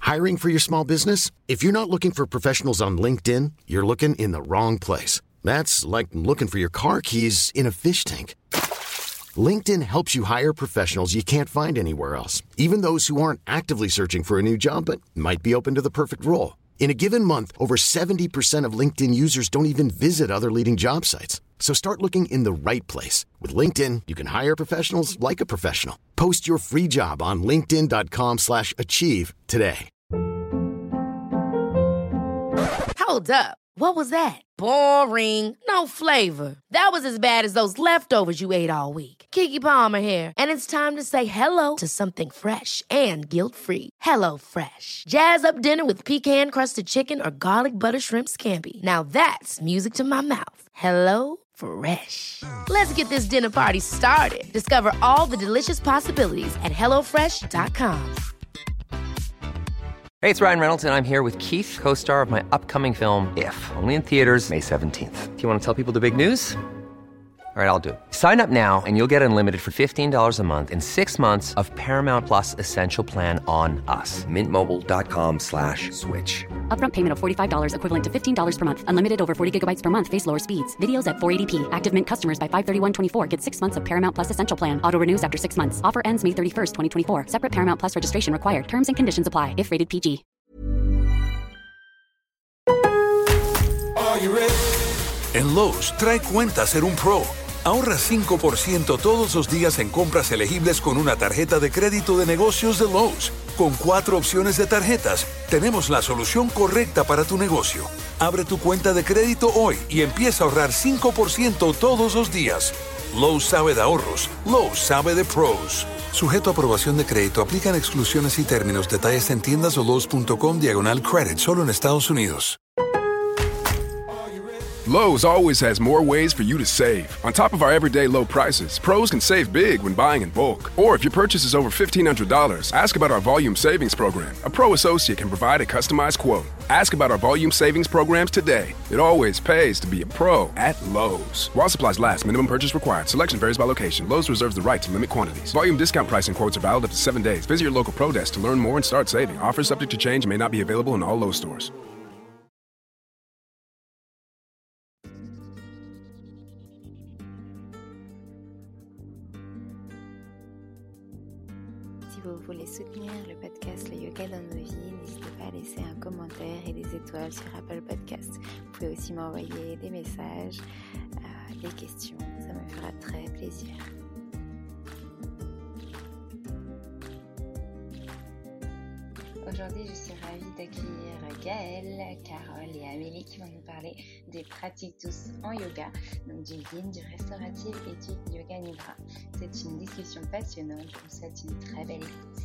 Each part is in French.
Hiring for your small business? If you're not looking for professionals on LinkedIn, you're looking in the wrong place. That's like looking for your car keys in a fish tank. LinkedIn helps you hire professionals you can't find anywhere else, even those who aren't actively searching for a new job but might be open to the perfect role. In a given month, over 70% of LinkedIn users don't even visit other leading job sites. So start looking in the right place. With LinkedIn, you can hire professionals like a professional. Post your free job on linkedin.com/achieve today. Hold up. What was that? Boring. No flavor. That was as bad as those leftovers you ate all week. Keke Palmer here, and it's time to say hello to something fresh and guilt-free. Hello Fresh. Jazz up dinner with pecan-crusted chicken or garlic butter shrimp scampi. Now that's music to my mouth. Hello Fresh. Let's get this dinner party started. Discover all the delicious possibilities at hellofresh.com. Hey, it's Ryan Reynolds, and I'm here with Keith, co-star of my upcoming film, If, only in theaters May 17th. Do you want to tell people the big news? All right, I'll do it. Sign up now and you'll get unlimited for $15 a month and 6 months of Paramount Plus Essential Plan on us. Mintmobile.com/switch. Upfront payment of $45 equivalent to $15 per month. Unlimited over 40 gigabytes per month. Face lower speeds. Videos at 480p. Active Mint customers by 531.24 get 6 months of Paramount Plus Essential Plan. Auto renews after 6 months. Offer ends May 31st, 2024. Separate Paramount Plus registration required. Terms and conditions apply if rated PG. Are you ready? En Lowe's, trae cuenta ser un pro. Ahorra 5% todos los días en compras elegibles con una tarjeta de crédito de negocios de Lowe's. Con 4 opciones de tarjetas, tenemos la solución correcta para tu negocio. Abre tu cuenta de crédito hoy y empieza a ahorrar 5% todos los días. Lowe's sabe de ahorros. Lowe's sabe de pros. Sujeto a aprobación de crédito, aplican exclusiones y términos. Detalles en tiendas o lowes.com/credit. Solo en Estados Unidos. Lowe's always has more ways for you to save. On top of our everyday low prices, pros can save big when buying in bulk. Or if your purchase is over $1,500, ask about our volume savings program. A pro associate can provide a customized quote. Ask about our volume savings programs today. It always pays to be a pro at Lowe's. While supplies last, minimum purchase required. Selection varies by location. Lowe's reserves the right to limit quantities. Volume discount pricing quotes are valid up to 7 days. Visit your local pro desk to learn more and start saving. Offers subject to change and may not be available in all Lowe's stores. Si vous voulez soutenir le podcast Le Yoga dans nos vies, n'hésitez pas à laisser un commentaire et des étoiles sur Apple Podcasts. Vous pouvez aussi m'envoyer des messages, des questions, ça me fera très plaisir. Aujourd'hui, je suis ravie d'accueillir Gaëlle, Carole et Amélie qui vont nous parler des pratiques douces en yoga, donc du yin, du restauratif et du yoga nidra. C'est une discussion passionnante, je vous souhaite une très belle écoute.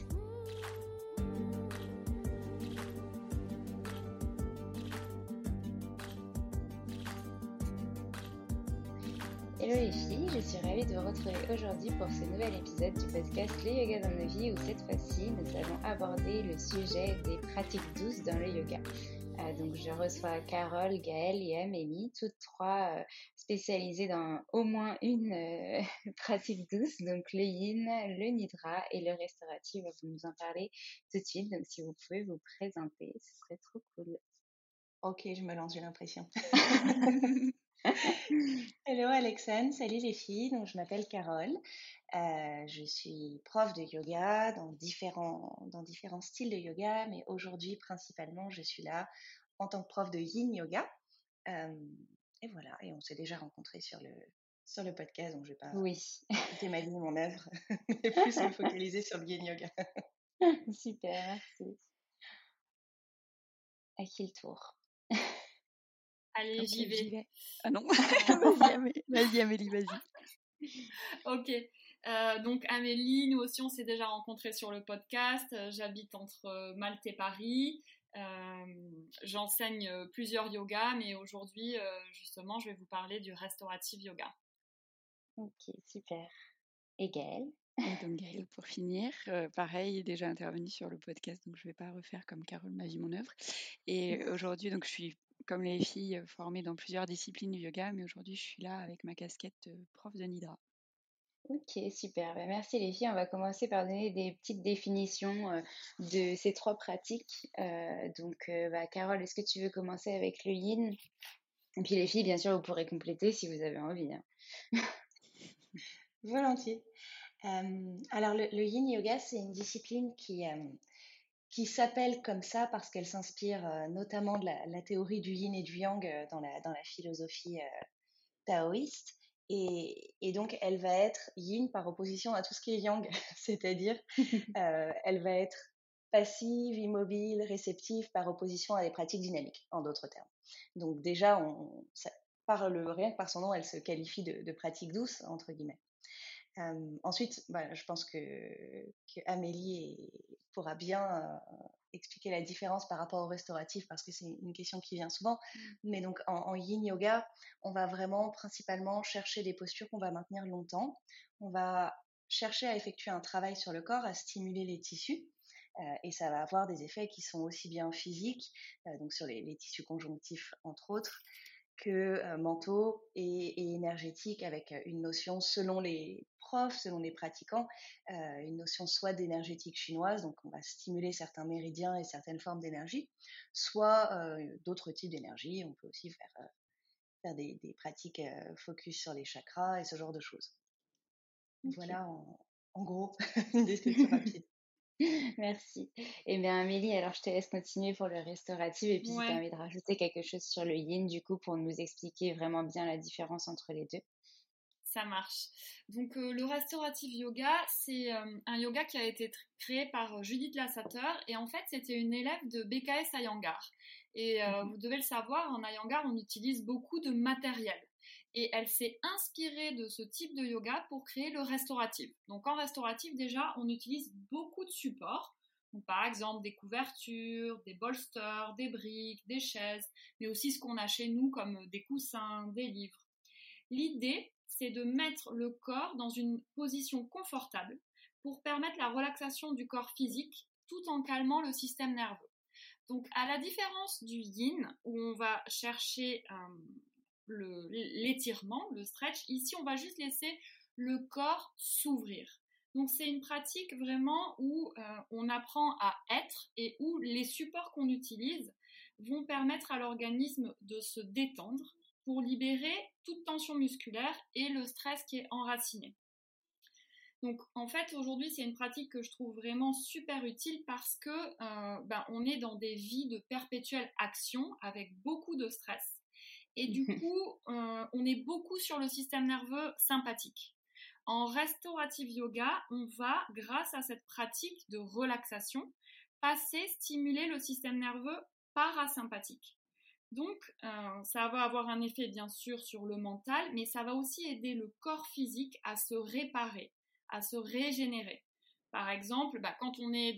Hello les filles, je suis ravie de vous retrouver aujourd'hui pour ce nouvel épisode du podcast Le Yoga dans nos vies où cette fois-ci nous allons aborder le sujet des pratiques douces dans le yoga. Donc je reçois Carole, Gaëlle et Amélie, toutes trois spécialisées dans au moins une pratique douce, donc le yin, le nidra et le restauratif. Vous nous en parler tout de suite, donc si vous pouvez vous présenter, ce serait trop cool. Ok, je me lance, j'ai l'impression. Hello Alexane, salut les filles, donc je m'appelle Carole, je suis prof de yoga dans différents styles de yoga, mais aujourd'hui principalement je suis là en tant que prof de yin yoga, et voilà, et on s'est déjà rencontrés sur le podcast, donc je vais pas écouter ma vie, mon œuvre, mais plus me focaliser sur le yin yoga. Super, merci. À qui le tour? Allez, Ok, j'y vais. Ah non, vas-y Amélie, vas-y. Ok, donc Amélie, nous aussi on s'est déjà rencontrés sur le podcast. J'habite entre Malte et Paris. J'enseigne plusieurs yogas, mais aujourd'hui justement je vais vous parler du restaurative yoga. Ok, super. Et Gaëlle? Et donc Gaëlle, pour finir, pareil, déjà intervenue sur le podcast, donc je ne vais pas refaire comme Carole, ma vie, mon œuvre. Et aujourd'hui, donc je suis, comme les filles, formée dans plusieurs disciplines du yoga, mais aujourd'hui je suis là avec ma casquette de prof de nidra. Ok, super. Ben, merci les filles. On va commencer par donner des petites définitions de ces trois pratiques. Carole, est-ce que tu veux commencer avec le yin? Et puis les filles, bien sûr, vous pourrez compléter si vous avez envie, hein. Volontiers. Alors, le yin yoga, c'est une discipline qui s'appelle comme ça parce qu'elle s'inspire notamment de la théorie du yin et du yang dans la philosophie taoïste. Et donc, elle va être yin par opposition à tout ce qui est yang, c'est-à-dire elle va être passive, immobile, réceptive par opposition à des pratiques dynamiques, en d'autres termes. Donc déjà, rien que par son nom, elle se qualifie de pratique douce, entre guillemets. Ensuite, je pense que Amélie pourra bien expliquer la différence par rapport au restauratif parce que c'est une question qui vient souvent. Mais donc en yin yoga, on va vraiment principalement chercher des postures qu'on va maintenir longtemps. On va chercher à effectuer un travail sur le corps, à stimuler les tissus. Et ça va avoir des effets qui sont aussi bien physiques, donc sur les tissus conjonctifs entre autres, que mentaux et énergétiques, avec une notion, selon les profs, selon les pratiquants, une notion soit d'énergétique chinoise, donc on va stimuler certains méridiens et certaines formes d'énergie, soit d'autres types d'énergie. On peut aussi faire des pratiques focus sur les chakras et ce genre de choses. Okay. Voilà en gros une description rapide. Merci. Eh bien, Amélie, alors je te laisse continuer pour le restauratif et puis si tu as envie de rajouter quelque chose sur le yin, du coup, pour nous expliquer vraiment bien la différence entre les deux. Ça marche. Donc, le restauratif yoga, c'est un yoga qui a été créé par Judith Lassater et en fait, c'était une élève de BKS Iyengar. Et vous devez le savoir, en Iyengar, on utilise beaucoup de matériel. Et elle s'est inspirée de ce type de yoga pour créer le restauratif. Donc en restauratif, déjà, on utilise beaucoup de supports. Donc, par exemple, des couvertures, des bolsters, des briques, des chaises, mais aussi ce qu'on a chez nous comme des coussins, des livres. L'idée, c'est de mettre le corps dans une position confortable pour permettre la relaxation du corps physique tout en calmant le système nerveux. Donc, à la différence du yin, où on va chercher l'étirement, le stretch, ici on va juste laisser le corps s'ouvrir. Donc c'est une pratique vraiment où on apprend à être et où les supports qu'on utilise vont permettre à l'organisme de se détendre pour libérer toute tension musculaire et le stress qui est enraciné. Donc en fait aujourd'hui c'est une pratique que je trouve vraiment super utile parce que on est dans des vies de perpétuelle action avec beaucoup de stress. Et du coup, on est beaucoup sur le système nerveux sympathique. En restaurative yoga, on va, grâce à cette pratique de relaxation, stimuler le système nerveux parasympathique. Donc, ça va avoir un effet, bien sûr, sur le mental, mais ça va aussi aider le corps physique à se réparer, à se régénérer. Par exemple, quand on est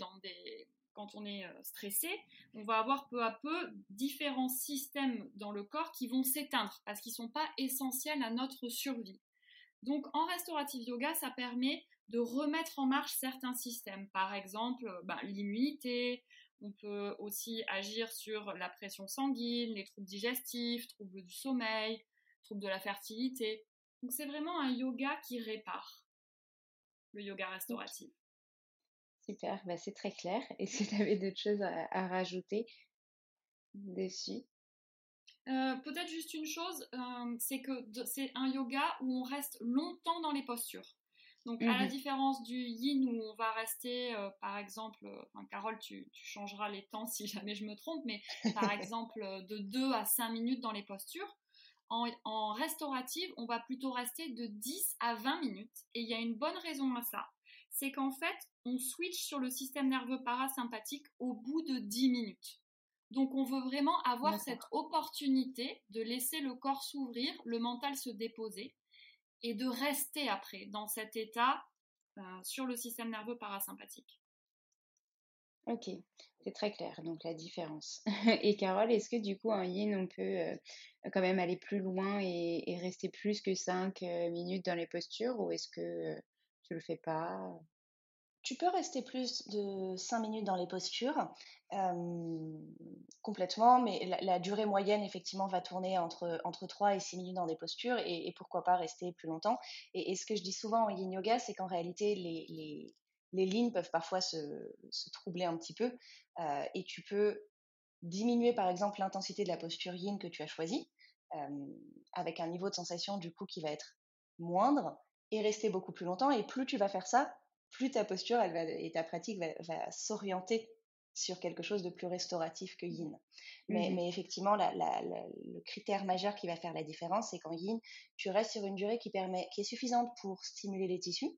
stressé, on va avoir peu à peu différents systèmes dans le corps qui vont s'éteindre parce qu'ils ne sont pas essentiels à notre survie. Donc en restaurative yoga, ça permet de remettre en marche certains systèmes. Par exemple, l'immunité, on peut aussi agir sur la pression sanguine, les troubles digestifs, troubles du sommeil, troubles de la fertilité. Donc c'est vraiment un yoga qui répare, le yoga restauratif. Super, c'est très clair. Est-ce que tu avais d'autres choses à rajouter dessus? Peut-être juste une chose, c'est que c'est un yoga où on reste longtemps dans les postures. Donc à la différence du yin où on va rester, par exemple, Carole, tu changeras les temps si jamais je me trompe, mais par exemple de 2 à 5 minutes dans les postures, en restaurative, on va plutôt rester de 10 à 20 minutes. Et il y a une bonne raison à ça. C'est qu'en fait, on switch sur le système nerveux parasympathique au bout de 10 minutes. Donc, on veut vraiment avoir cette opportunité de laisser le corps s'ouvrir, le mental se déposer et de rester après dans cet état sur le système nerveux parasympathique. Ok, c'est très clair, donc la différence. Et Carole, est-ce que du coup, en yin, on peut quand même aller plus loin et rester plus que 5 minutes dans les postures ou est-ce que tu le fais pas? Tu peux rester plus de 5 minutes dans les postures. Complètement, mais la durée moyenne, effectivement, va tourner entre 3 et 6 minutes dans des postures et pourquoi pas rester plus longtemps. Et ce que je dis souvent en yin yoga, c'est qu'en réalité, les lignes peuvent parfois se troubler un petit peu et tu peux diminuer, par exemple, l'intensité de la posture yin que tu as choisie avec un niveau de sensation, du coup, qui va être moindre et rester beaucoup plus longtemps. Et plus tu vas faire ça, plus ta posture et ta pratique va s'orienter sur quelque chose de plus restauratif que yin. Mais effectivement, le critère majeur qui va faire la différence, c'est qu'en yin, tu restes sur une durée qui est suffisante pour stimuler les tissus.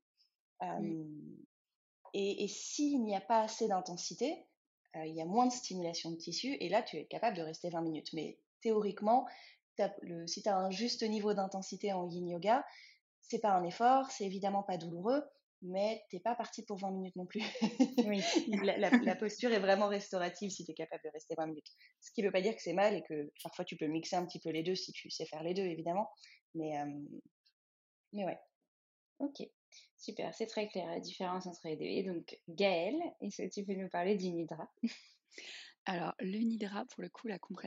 Et s'il n'y a pas assez d'intensité, il y a moins de stimulation de tissus, et là, tu es capable de rester 20 minutes. Mais théoriquement, si tu as un juste niveau d'intensité en yin yoga, c'est pas un effort, c'est évidemment pas douloureux, mais t'es pas parti pour 20 minutes non plus. Oui. La posture est vraiment restaurative si tu es capable de rester 20 minutes. Ce qui veut pas dire que c'est mal et que parfois tu peux mixer un petit peu les deux si tu sais faire les deux, évidemment. Mais ouais. Ok, super, c'est très clair la différence entre les deux. Et donc, Gaëlle, est-ce que tu peux nous parler du Nidra? Alors, le Nidra, pour le coup,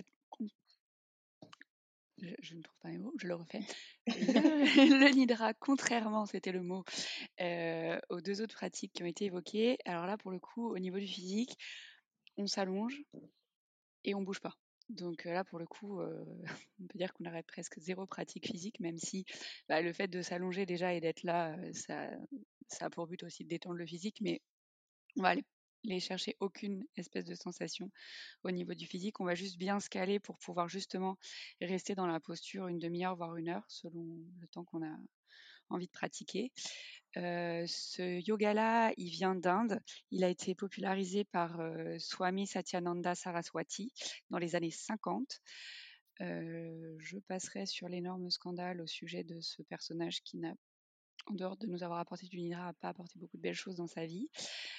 je ne trouve pas mes mots, je le refais. Le Nidra, contrairement, c'était le mot, aux deux autres pratiques qui ont été évoquées. Alors là, pour le coup, au niveau du physique, on s'allonge et on bouge pas. Donc là, pour le coup, on peut dire qu'on arrête presque zéro pratique physique, même si le fait de s'allonger déjà et d'être là, ça a pour but aussi de détendre le physique, mais on va aller chercher aucune espèce de sensation au niveau du physique. On va juste bien se caler pour pouvoir justement rester dans la posture une demi-heure, voire 1 heure, selon le temps qu'on a envie de pratiquer. Ce yoga-là, il vient d'Inde. Il a été popularisé par Swami Satyananda Saraswati dans les années 50. Je passerai sur l'énorme scandale au sujet de ce personnage qui n'a, en dehors de nous avoir apporté du Nidra, n'a pas apporté beaucoup de belles choses dans sa vie.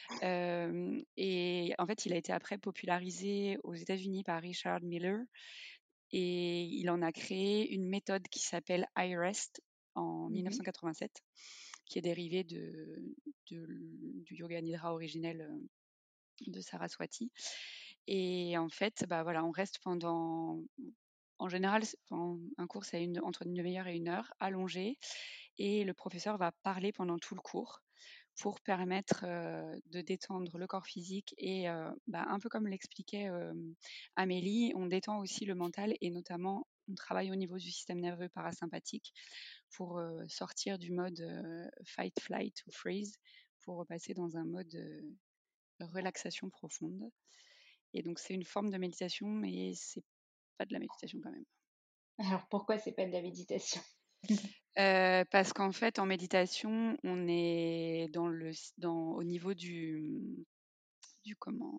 Et en fait, il a été après popularisé aux États-Unis par Richard Miller et il en a créé une méthode qui s'appelle iRest en 1987, qui est dérivée du yoga nidra originel de Saraswati. Et en fait, on reste en général, un cours, c'est entre une demi-heure et 1 heure, allongé, et le professeur va parler pendant tout le cours pour permettre de détendre le corps physique et un peu comme l'expliquait Amélie, on détend aussi le mental et notamment on travaille au niveau du système nerveux parasympathique pour sortir du mode fight, flight ou freeze pour repasser dans un mode relaxation profonde. Et donc c'est une forme de méditation, mais c'est pas de la méditation quand même. Alors pourquoi c'est pas de la méditation? Parce qu'en fait, en méditation, on est au niveau du comment.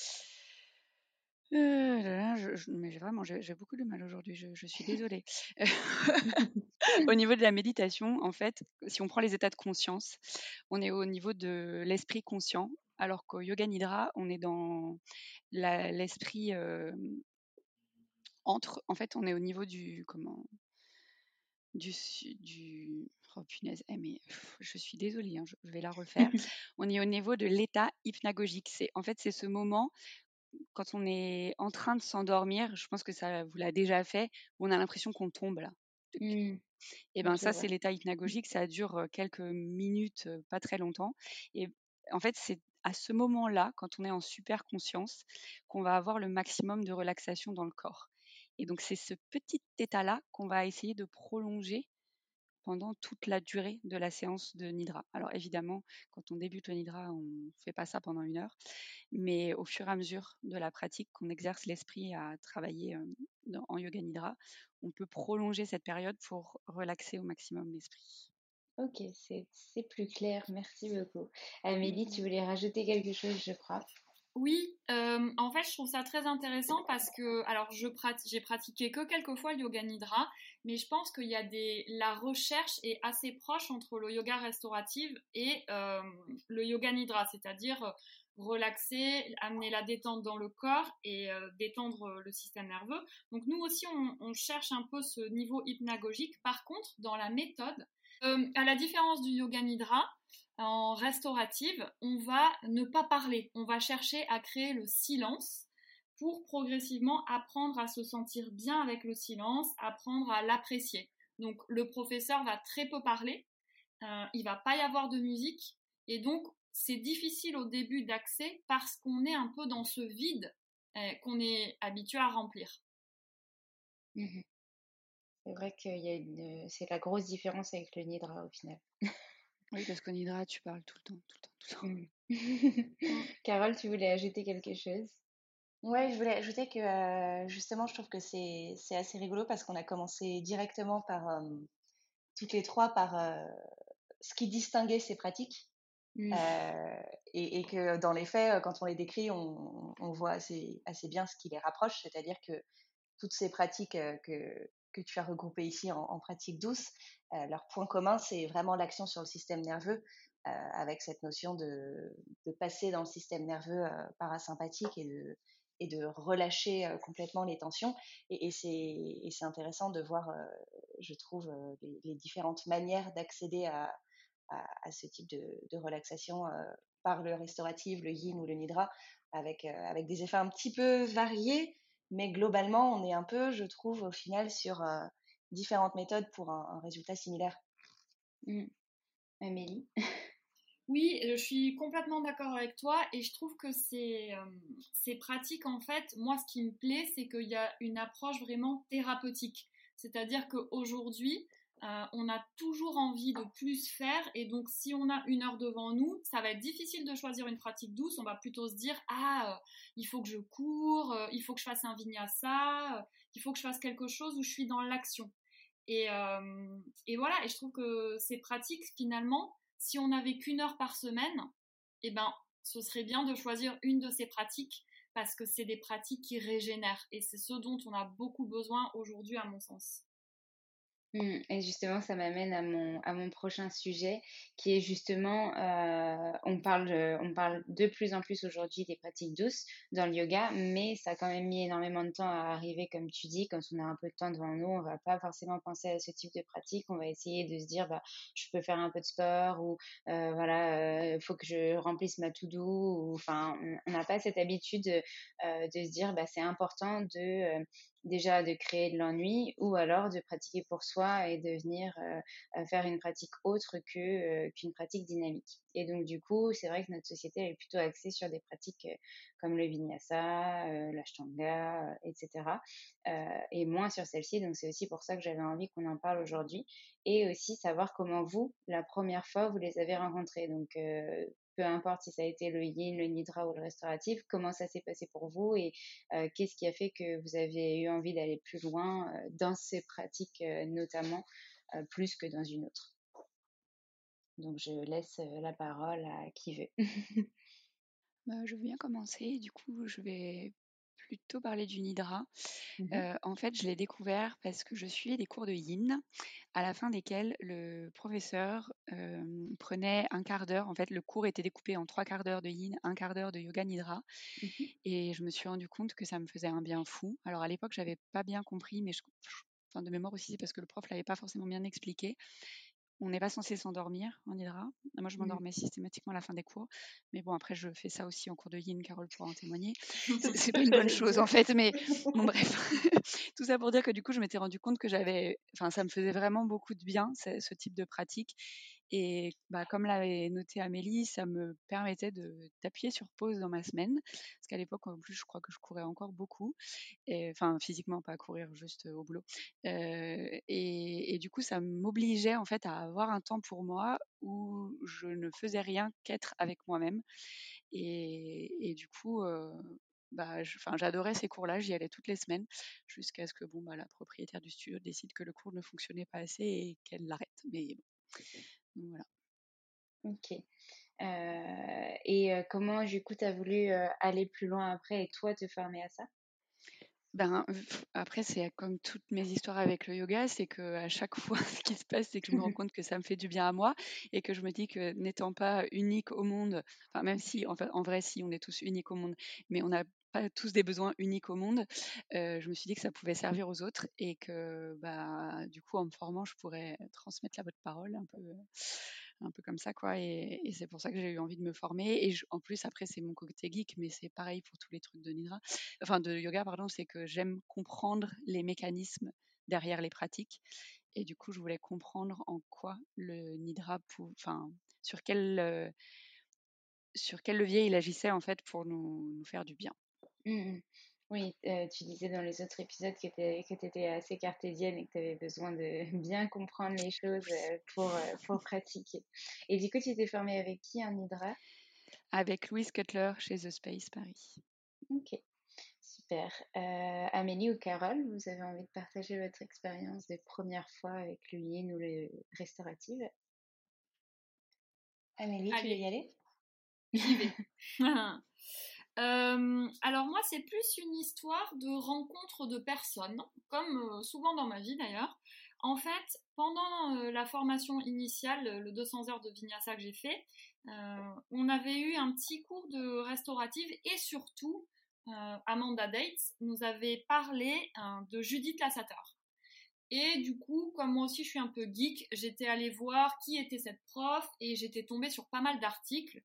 Mais j'ai beaucoup de mal aujourd'hui. Je suis désolée. Au niveau de la méditation, en fait, si on prend les états de conscience, on est au niveau de l'esprit conscient, alors qu'au yoga nidra, on est dans l'esprit En fait, on est au niveau du oh punaise, mais je suis désolée, hein, je vais la refaire. On est au niveau de l'état hypnagogique. C'est ce moment quand on est en train de s'endormir. Je pense que ça vous l'a déjà fait. Où on a l'impression qu'on tombe là. Et ben ça, c'est l'état hypnagogique. Ça dure quelques minutes, pas très longtemps. Et en fait, c'est à ce moment-là, quand on est en super conscience, qu'on va avoir le maximum de relaxation dans le corps. Et donc, c'est ce petit état-là qu'on va essayer de prolonger pendant toute la durée de la séance de Nidra. Alors évidemment, quand on débute le Nidra, on ne fait pas ça pendant 1 heure, mais au fur et à mesure de la pratique, qu'on exerce l'esprit à travailler en Yoga Nidra, on peut prolonger cette période pour relaxer au maximum l'esprit. Ok, c'est plus clair, merci beaucoup. Amélie, tu voulais rajouter quelque chose, je crois. Oui, en fait, je trouve ça très intéressant parce que, alors, j'ai pratiqué que quelques fois le yoga nidra, mais je pense qu'il y a la recherche est assez proche entre le yoga restauratif et le yoga nidra, c'est-à-dire relaxer, amener la détente dans le corps et détendre le système nerveux. Donc, nous aussi, on cherche un peu ce niveau hypnagogique. Par contre, dans la méthode, à la différence du yoga nidra, en restaurative, on va ne pas parler, on va chercher à créer le silence pour progressivement apprendre à se sentir bien avec le silence, apprendre à l'apprécier. Donc le professeur va très peu parler, il va pas y avoir de musique, et donc c'est difficile au début d'accès parce qu'on est un peu dans ce vide qu'on est habitué à remplir. Mhm. C'est vrai que c'est la grosse différence avec le Nidra au final. Oui, parce qu'au Nidra, tu parles tout le temps. Carole, tu voulais ajouter quelque chose? Ouais, je voulais ajouter que justement, je trouve que c'est assez rigolo parce qu'on a commencé directement par toutes les trois par ce qui distinguait ces pratiques. Et que dans les faits, quand on les décrit, on voit assez bien ce qui les rapproche, c'est-à-dire que toutes ces pratiques que tu as regroupées ici en pratiques douces, leur point commun, c'est vraiment l'action sur le système nerveux, avec cette notion de passer dans le système nerveux parasympathique et de relâcher complètement les tensions. Et c'est intéressant de voir, je trouve, les différentes manières d'accéder à ce type de relaxation par le restauratif, le yin ou le nidra, avec des effets un petit peu variés, mais globalement, on est un peu, je trouve, au final, sur différentes méthodes pour un résultat similaire. Amélie? Oui, je suis complètement d'accord avec toi et je trouve que ces pratiques, en fait, moi, ce qui me plaît, c'est qu'il y a une approche vraiment thérapeutique. C'est-à-dire qu'aujourd'hui, on a toujours envie de plus faire et donc si on a 1 heure devant nous, ça va être difficile de choisir une pratique douce. On va plutôt se dire, il faut que je cours, il faut que je fasse un vinyasa, il faut que je fasse quelque chose où je suis dans l'action. Et voilà, et je trouve que ces pratiques, finalement, si on n'avait qu'1 heure par semaine, eh ben, ce serait bien de choisir une de ces pratiques parce que c'est des pratiques qui régénèrent et c'est ce dont on a beaucoup besoin aujourd'hui à mon sens. Et justement, ça m'amène à mon prochain sujet, qui est justement, on parle de plus en plus aujourd'hui des pratiques douces dans le yoga, mais ça a quand même mis énormément de temps à arriver, comme tu dis. Quand on a un peu de temps devant nous, on va pas forcément penser à ce type de pratique. On va essayer de se dire, je peux faire un peu de sport ou voilà, faut que je remplisse ma to-do. Enfin, on n'a pas cette habitude de se dire, c'est important déjà de créer de l'ennui ou alors de pratiquer pour soi et de venir faire une pratique autre qu'une pratique dynamique. Et donc du coup, c'est vrai que notre société est plutôt axée sur des pratiques comme le vinyasa, l'ashtanga, etc. Et moins sur celle-ci. Donc c'est aussi pour ça que j'avais envie qu'on en parle aujourd'hui et aussi savoir comment vous, la première fois, vous les avez rencontrés. Donc peu importe si ça a été le yin, le nidra ou le restauratif, comment ça s'est passé pour vous et qu'est-ce qui a fait que vous avez eu envie d'aller plus loin dans ces pratiques notamment, plus que dans une autre. Donc je laisse la parole à qui veut. Je veux bien commencer. Du coup, je vais plutôt parler du nidra. En fait, je l'ai découvert parce que je suivais des cours de yin, à la fin desquels le professeur prenait un quart d'heure. En fait, le cours était découpé en 3 quarts d'heure de yin, 1 quart d'heure de yoga nidra. Et je me suis rendu compte que ça me faisait un bien fou. Alors à l'époque, j'avais pas bien compris, mais de mémoire aussi, c'est parce que le prof l'avait pas forcément bien expliqué. On n'est pas censé s'endormir en hydra. Moi, je m'endormais systématiquement à la fin des cours. Mais bon, après, je fais ça aussi en cours de yin, Carole pourra en témoigner. C'est pas une bonne chose, en fait. Mais bon, bref. Tout ça pour dire que du coup, je m'étais rendu compte que ça me faisait vraiment beaucoup de bien, ce type de pratique. Et comme l'avait noté Amélie, ça me permettait d'appuyer sur pause dans ma semaine. Parce qu'à l'époque, en plus, je crois que je courais encore beaucoup. Enfin, physiquement, pas à courir, juste au boulot. Et du coup, ça m'obligeait en fait à avoir un temps pour moi où je ne faisais rien qu'être avec moi-même. Et du coup, j'adorais ces cours-là, j'y allais toutes les semaines jusqu'à ce que la propriétaire du studio décide que le cours ne fonctionnait pas assez et qu'elle l'arrête. Mais bon, donc voilà. Ok. Et comment, du coup, tu as voulu aller plus loin après et toi te former à ça? Après, c'est comme toutes mes histoires avec le yoga, c'est qu'à chaque fois, ce qui se passe, c'est que je me rends compte que ça me fait du bien à moi et que je me dis que n'étant pas unique au monde, enfin, même si, en vrai, si, on est tous uniques au monde, mais on n'a pas tous des besoins uniques au monde, je me suis dit que ça pouvait servir aux autres et que, du coup, en me formant, je pourrais transmettre la bonne parole un peu comme ça, quoi. Et c'est pour ça que j'ai eu envie de me former. Et en plus, après, c'est mon côté geek, mais c'est pareil pour tous les trucs de nidra, enfin de yoga, pardon. C'est que j'aime comprendre les mécanismes derrière les pratiques. Et du coup, je voulais comprendre en quoi le nidra, sur quel levier il agissait en fait pour nous faire du bien. Oui, tu disais dans les autres épisodes que tu étais assez cartésienne et que tu avais besoin de bien comprendre les choses pour pratiquer. Et du coup, tu t'es formée avec qui en Hydra? Avec Louise Cutler chez The Space Paris. Ok, super. Amélie ou Carole, vous avez envie de partager votre expérience de première fois avec l'Uyin ou le restaurative? Amélie, tu veux y aller? J'y vais. Alors moi, c'est plus une histoire de rencontre de personnes, comme souvent dans ma vie d'ailleurs. En fait, pendant la formation initiale, le 200 heures de Vinyasa que j'ai fait, on avait eu un petit cours de restaurative et surtout, Amanda Dates nous avait parlé de Judith Lassater. Et du coup, comme moi aussi je suis un peu geek, j'étais allée voir qui était cette prof et j'étais tombée sur pas mal d'articles.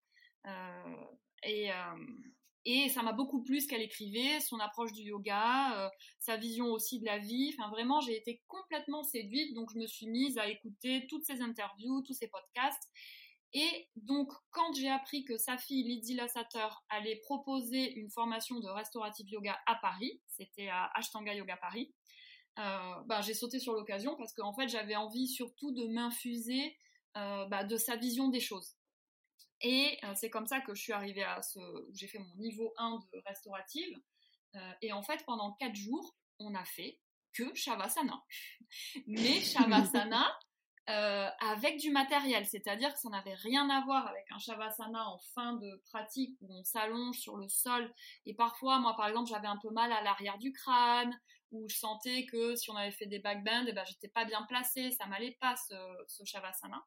Et ça m'a beaucoup plu ce qu'elle écrivait, son approche du yoga, sa vision aussi de la vie. Enfin, vraiment, j'ai été complètement séduite. Donc, je me suis mise à écouter toutes ses interviews, tous ses podcasts. Et donc, quand j'ai appris que sa fille, Lydie Lassater, allait proposer une formation de restaurative yoga à Paris, c'était à Ashtanga Yoga Paris, j'ai sauté sur l'occasion parce qu'en fait, j'avais envie surtout de m'infuser de sa vision des choses. Et c'est comme ça que je suis arrivée où j'ai fait mon niveau 1 de restaurative. Et en fait, pendant 4 jours, on a fait que Shavasana. Mais Shavasana avec du matériel, c'est-à-dire que ça n'avait rien à voir avec un Shavasana en fin de pratique où on s'allonge sur le sol. Et parfois, moi par exemple, j'avais un peu mal à l'arrière du crâne, où je sentais que si on avait fait des backbends, j'étais pas bien placée, ça m'allait pas ce Shavasana.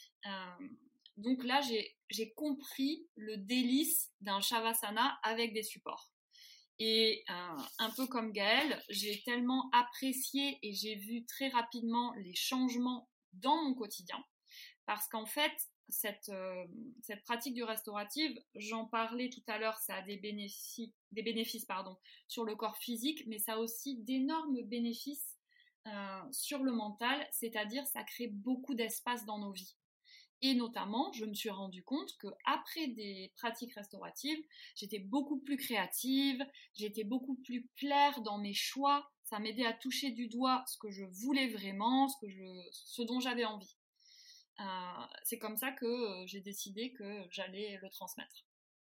Donc là, j'ai compris le délice d'un Shavasana avec des supports. Et un peu comme Gaëlle, j'ai tellement apprécié et j'ai vu très rapidement les changements dans mon quotidien. Parce qu'en fait, cette pratique du restaurative, j'en parlais tout à l'heure, ça a des bénéfices sur le corps physique, mais ça a aussi d'énormes bénéfices sur le mental, c'est-à-dire ça crée beaucoup d'espace dans nos vies. Et notamment, je me suis rendu compte qu'après des pratiques restauratives, j'étais beaucoup plus créative, j'étais beaucoup plus claire dans mes choix, ça m'aidait à toucher du doigt ce que je voulais vraiment, ce dont j'avais envie. C'est comme ça que j'ai décidé que j'allais le transmettre.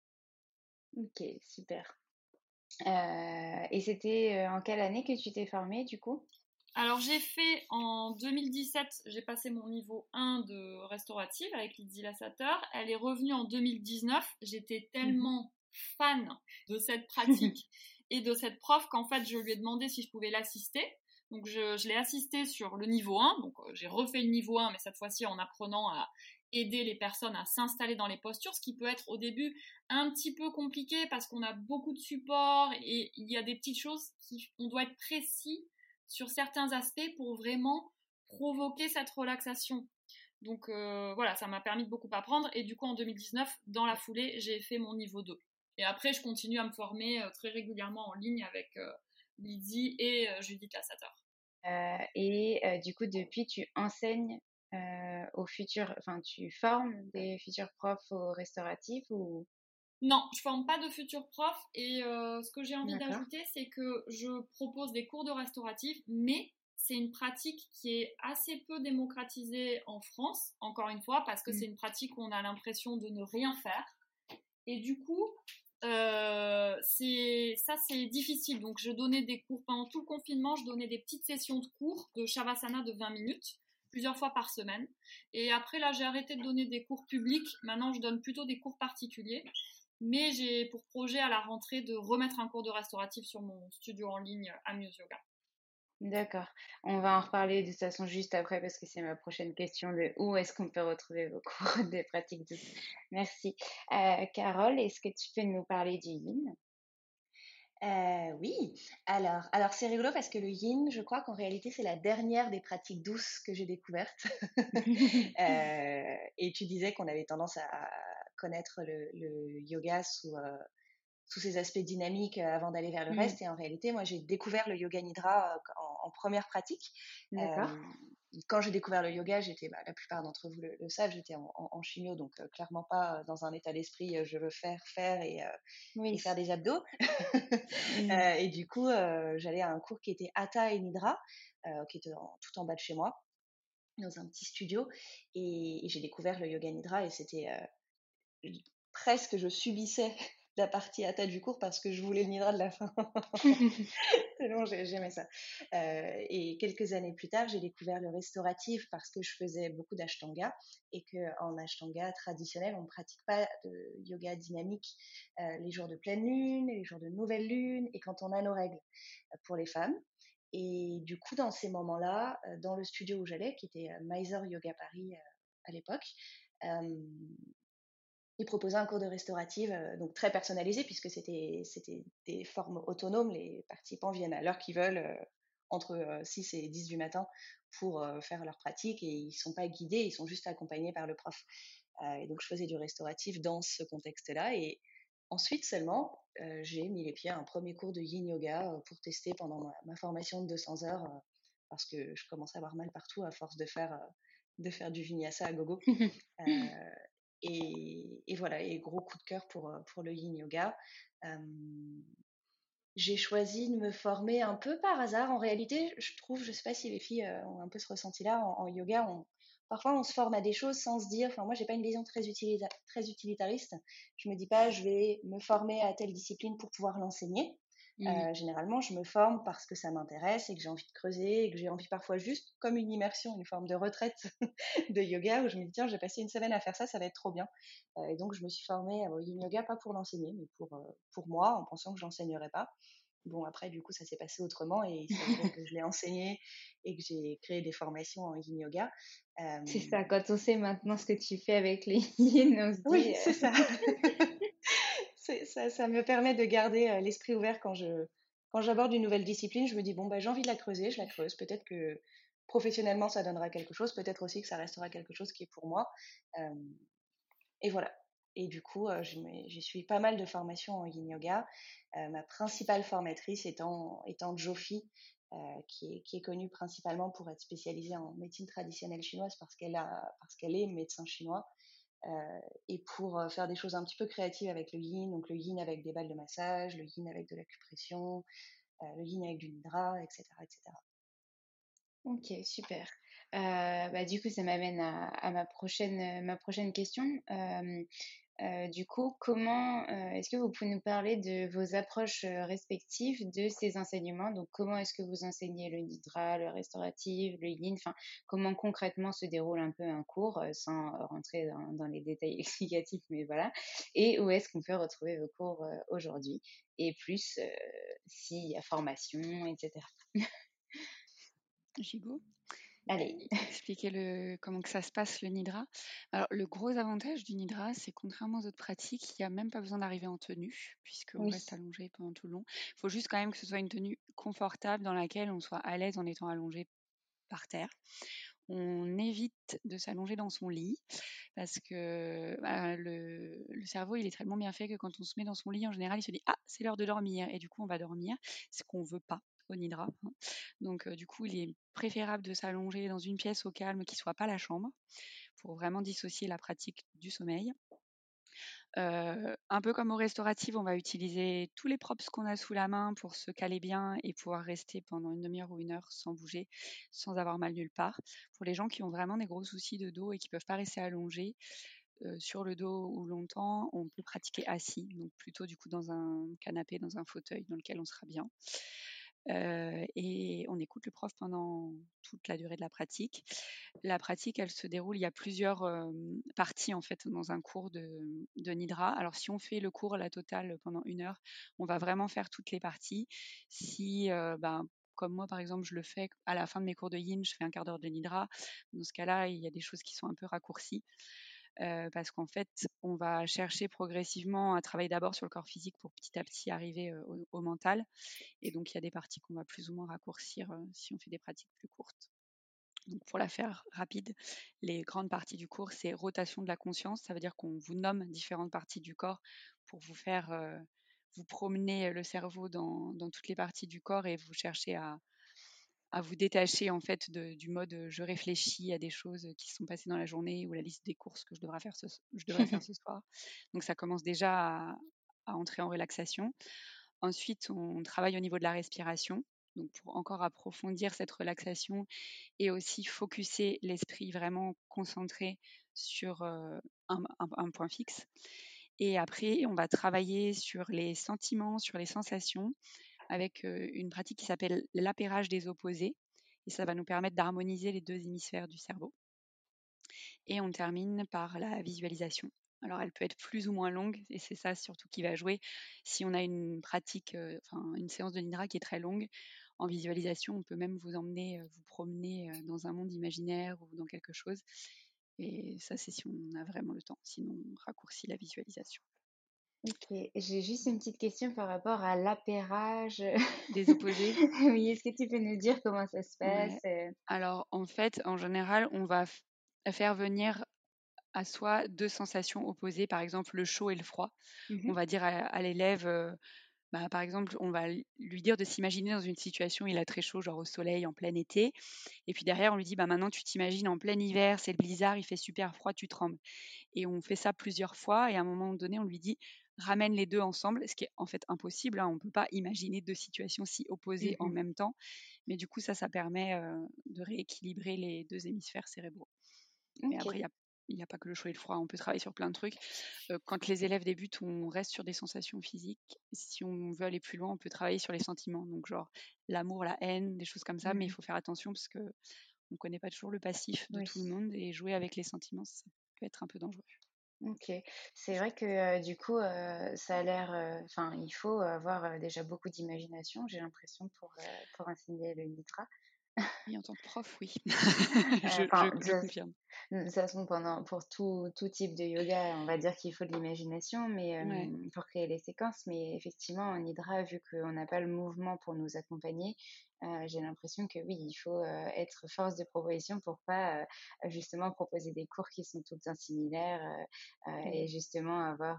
Ok, super. Et c'était en quelle année que tu t'es formée du coup? Alors j'ai fait en 2017, j'ai passé mon niveau 1 de restaurative avec Lydie Lassater. Elle est revenue en 2019. J'étais tellement fan de cette pratique et de cette prof qu'en fait je lui ai demandé si je pouvais l'assister. Donc je l'ai assistée sur le niveau 1. Donc j'ai refait le niveau 1, mais cette fois-ci en apprenant à aider les personnes à s'installer dans les postures, ce qui peut être au début un petit peu compliqué parce qu'on a beaucoup de supports et il y a des petites choses on doit être précis sur certains aspects pour vraiment provoquer cette relaxation. Donc voilà, ça m'a permis de beaucoup apprendre. Et du coup, en 2019, dans la foulée, j'ai fait mon niveau 2. Et après, je continue à me former très régulièrement en ligne avec Lydie et Judith Lassater. Du coup, depuis, tu enseignes aux futurs... Enfin, tu formes des futurs profs au restauratif ou... Non, je forme pas de futurs profs et ce que j'ai envie d'ajouter, c'est que je propose des cours de restauratif, mais c'est une pratique qui est assez peu démocratisée en France, encore une fois, parce que c'est une pratique où on a l'impression de ne rien faire. Et du coup, c'est difficile. Donc, je donnais des cours pendant tout le confinement, je donnais des petites sessions de cours de Shavasana de 20 minutes, plusieurs fois par semaine. Et après, là, j'ai arrêté de donner des cours publics. Maintenant, je donne plutôt des cours particuliers. Mais j'ai pour projet à la rentrée de remettre un cours de restauratif sur mon studio en ligne Amuse Yoga. D'accord. On va en reparler de toute façon juste après parce que c'est ma prochaine question de où est-ce qu'on peut retrouver vos cours de pratique douce. Merci. Carole, est-ce que tu peux nous parler du yin? Oui, alors c'est rigolo parce que le yin, je crois qu'en réalité, c'est la dernière des pratiques douces que j'ai découvertes. Et tu disais qu'on avait tendance à connaître le yoga sous ses aspects dynamiques avant d'aller vers le reste. Et en réalité, moi, j'ai découvert le yoga nidra en première pratique. D'accord. Quand j'ai découvert le yoga, la plupart d'entre vous le savent, j'étais en chimio, donc clairement pas dans un état d'esprit je veux faire et Oui. faire des abdos. Et du coup, j'allais à un cours qui était Hatha et Nidra, qui était tout en bas de chez moi, dans un petit studio. Et j'ai découvert le yoga Nidra et c'était presque, je subissais la partie Hatha du cours parce que je voulais le Nidra de la fin. Tellement j'aimais ça. Et quelques années plus tard, j'ai découvert le restauratif parce que je faisais beaucoup d'ashtanga et qu'en ashtanga traditionnel, on ne pratique pas de yoga dynamique les jours de pleine lune, les jours de nouvelle lune et quand on a nos règles pour les femmes. Et du coup, dans ces moments-là, dans le studio où j'allais, qui était Mysore Yoga Paris à l'époque, ils proposaient un cours de restaurative, donc très personnalisé, puisque c'était des formes autonomes. Les participants viennent à l'heure qu'ils veulent, entre 6 et 10 du matin, pour faire leur pratique, et ils ne sont pas guidés, ils sont juste accompagnés par le prof. Et donc, je faisais du restauratif dans ce contexte-là. Et ensuite seulement, j'ai mis les pieds à un premier cours de yin yoga pour tester pendant ma formation de 200 heures, parce que je commençais à avoir mal partout à force de faire du vinyasa à gogo. Et voilà, et gros coup de cœur pour le yin yoga. J'ai choisi de me former un peu par hasard. En réalité, je trouve, je sais pas si les filles ont un peu ce ressenti-là en yoga. Parfois, on se forme à des choses sans se dire. Enfin, moi, j'ai pas une vision très utilitariste. Je me dis pas, je vais me former à telle discipline pour pouvoir l'enseigner. Généralement, je me forme parce que ça m'intéresse et que j'ai envie de creuser et que j'ai envie parfois juste comme une immersion, une forme de retraite de yoga où je me dis tiens, j'ai passé une semaine à faire ça, ça va être trop bien. Et donc, je me suis formée au yin yoga pas pour l'enseigner, mais pour moi, en pensant que je l'enseignerais pas. Bon, après, du coup, ça s'est passé autrement et il s'avérait que je l'ai enseigné et que j'ai créé des formations en yin yoga. C'est ça, quand on sait maintenant ce que tu fais avec les yin, on se dit... Oui, c'est ça. Ça me permet de garder l'esprit ouvert quand j'aborde une nouvelle discipline. Je me dis, bon, bah, j'ai envie de la creuser, je la creuse. Peut-être que professionnellement, ça donnera quelque chose. Peut-être aussi que ça restera quelque chose qui est pour moi. Et voilà. Et du coup, j'ai suivi pas mal de formations en yin yoga. Ma principale formatrice étant Jofi, qui est connue principalement pour être spécialisée en médecine traditionnelle chinoise parce qu'elle est médecin chinois. Et pour faire des choses un petit peu créatives avec le yin, donc le yin avec des balles de massage, le yin avec de l'acupression, le yin avec du nidra, etc., etc. Ok, super. Du coup, ça m'amène à ma prochaine question. Du coup, est-ce que vous pouvez nous parler de vos approches respectives de ces enseignements? Donc, comment est-ce que vous enseignez le nidra, le restauratif, le yin? Enfin, comment concrètement se déroule un peu un cours, sans rentrer dans les détails explicatifs, mais voilà. Et où est-ce qu'on peut retrouver vos cours aujourd'hui? Et plus, s'il y a formation, etc. Gigot. Allez. Expliquer comment que ça se passe le nidra. Alors le gros avantage du nidra, c'est contrairement aux autres pratiques, il n'y a même pas besoin d'arriver en tenue, puisqu'on reste allongé pendant tout le long. Il faut juste quand même que ce soit une tenue confortable dans laquelle on soit à l'aise en étant allongé par terre. On évite de s'allonger dans son lit parce que le cerveau, il est tellement bien fait que quand on se met dans son lit, en général, il se dit « Ah, c'est l'heure de dormir » et du coup, on va dormir, ce qu'on ne veut pas au nidra. Donc, du coup, il est préférable de s'allonger dans une pièce au calme qui ne soit pas la chambre pour vraiment dissocier la pratique du sommeil. Un peu comme au restauratif, on va utiliser tous les props qu'on a sous la main pour se caler bien et pouvoir rester pendant une demi-heure ou une heure sans bouger, sans avoir mal nulle part. Pour les gens qui ont vraiment des gros soucis de dos et qui ne peuvent pas rester allongés sur le dos ou longtemps, on peut pratiquer assis, donc plutôt du coup dans un canapé, dans un fauteuil dans lequel on sera bien. Et on écoute le prof pendant toute la durée de la pratique. La pratique, elle se déroule, il y a plusieurs parties en fait dans un cours de nidra. Alors si on fait le cours, la totale, pendant 1 heure, on va vraiment faire toutes les parties. Si comme moi par exemple, je le fais à la fin de mes cours de yin, je fais un quart d'heure de nidra. Dans ce cas-là, il y a des choses qui sont un peu raccourcies. parce qu'en fait, on va chercher progressivement à travailler d'abord sur le corps physique pour petit à petit arriver au mental. Et donc, il y a des parties qu'on va plus ou moins raccourcir si on fait des pratiques plus courtes. Donc, pour la faire rapide, les grandes parties du cours, c'est rotation de la conscience. Ça veut dire qu'on vous nomme différentes parties du corps pour vous faire vous promener le cerveau dans toutes les parties du corps et vous chercher à vous détacher en fait du mode je réfléchis à des choses qui se sont passées dans la journée ou la liste des courses que je devrais faire ce soir. Donc ça commence déjà à entrer en relaxation. Ensuite, on travaille au niveau de la respiration. Donc pour encore approfondir cette relaxation et aussi focuser l'esprit vraiment concentré sur un point fixe. Et après, on va travailler sur les sentiments, sur les sensations, avec une pratique qui s'appelle l'appairage des opposés. Et ça va nous permettre d'harmoniser les deux hémisphères du cerveau. Et on termine par la visualisation. Alors, elle peut être plus ou moins longue, et c'est ça surtout qui va jouer. Si on a une pratique, une séance de Nidra qui est très longue, en visualisation, on peut même vous emmener, vous promener dans un monde imaginaire ou dans quelque chose. Et ça, c'est si on a vraiment le temps. Sinon, on raccourcit la visualisation. Ok, j'ai juste une petite question par rapport à l'appairage des opposés. Oui, est-ce que tu peux nous dire comment ça se passe? Alors, en fait, en général, on va faire venir à soi deux sensations opposées, par exemple le chaud et le froid. On va dire à l'élève, par exemple, on va lui dire de s'imaginer dans une situation où il a très chaud, genre au soleil, en plein été. Et puis derrière, on lui dit, maintenant tu t'imagines en plein hiver, c'est le blizzard, il fait super froid, tu trembles. Et on fait ça plusieurs fois. Et à un moment donné, on lui dit, ramène les deux ensemble, ce qui est en fait impossible. On ne peut pas imaginer deux situations si opposées en même temps. Mais du coup, ça permet de rééquilibrer les deux hémisphères cérébraux. Mais après, il n'y a pas que le chaud et le froid, on peut travailler sur plein de trucs. Quand les élèves débutent, on reste sur des sensations physiques. Si on veut aller plus loin, on peut travailler sur les sentiments, donc genre l'amour, la haine, des choses comme ça, mais il faut faire attention parce qu'on ne connaît pas toujours le passif de tout le monde et jouer avec les sentiments, ça peut être un peu dangereux. Ok, c'est vrai que du coup, ça a l'air, il faut avoir déjà beaucoup d'imagination, j'ai l'impression, pour enseigner le Nidra. Et en tant que prof, oui, je confirme. De toute façon, pour tout type de yoga, on va dire qu'il faut de l'imagination, mais pour créer les séquences. Mais effectivement, en Hydra, vu qu'on n'a pas le mouvement pour nous accompagner, j'ai l'impression que oui, il faut être force de proposition pour pas justement proposer des cours qui sont tout le temps similaires et justement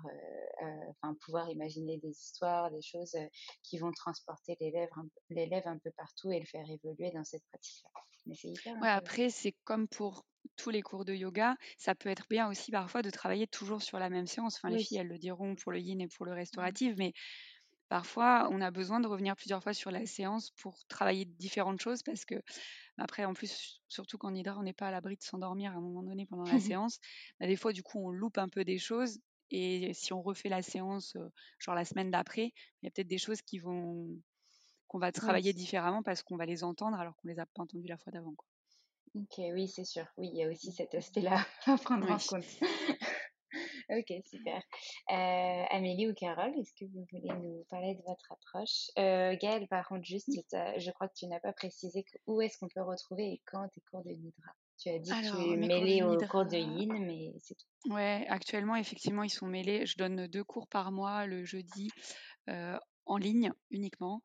pouvoir imaginer des histoires, des choses qui vont transporter l'élève un peu partout et le faire évoluer dans cette pratique-là. Mais c'est hyper intéressant. Après, c'est comme pour tous les cours de yoga, ça peut être bien aussi parfois de travailler toujours sur la même séance. Les filles, elles le diront pour le yin et pour le restauratif, mais parfois, on a besoin de revenir plusieurs fois sur la séance pour travailler différentes choses parce que, après, en plus, surtout qu'en Hydra, on n'est pas à l'abri de s'endormir à un moment donné pendant la séance. Des fois, du coup, on loupe un peu des choses et si on refait la séance, genre la semaine d'après, il y a peut-être des choses qu'on va travailler différemment parce qu'on va les entendre alors qu'on les a pas entendues la fois d'avant. Ok, oui, c'est sûr. Oui, il y a aussi cet aspect-là à prendre en compte. Ok, super. Amélie ou Carole, est-ce que vous voulez nous parler de votre approche? Gaëlle, par contre, juste, je crois que tu n'as pas précisé où est-ce qu'on peut retrouver et quand tes cours de Nidra. Tu as dit que tu es mêlée aux cours de Yin, mais c'est tout. Ouais, actuellement, effectivement, ils sont mêlés. Je donne 2 cours par mois le jeudi en ligne uniquement.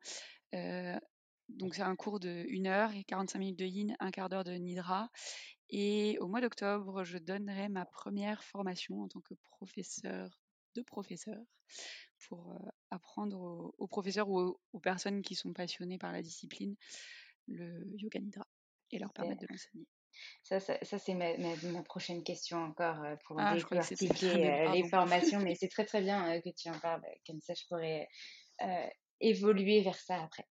Donc, c'est un cours de 1 heure et 45 minutes de Yin, un quart d'heure de Nidra. Et au mois d'octobre, je donnerai ma première formation en tant que professeur de professeur pour apprendre aux professeurs ou aux personnes qui sont passionnées par la discipline le yoga Nidra et leur permettre de l'enseigner. Ça c'est ma prochaine question encore pour Je croyais que c'était décortiquer les formations, mais c'est très très bien que tu en parles, comme ça je pourrais évoluer vers ça après.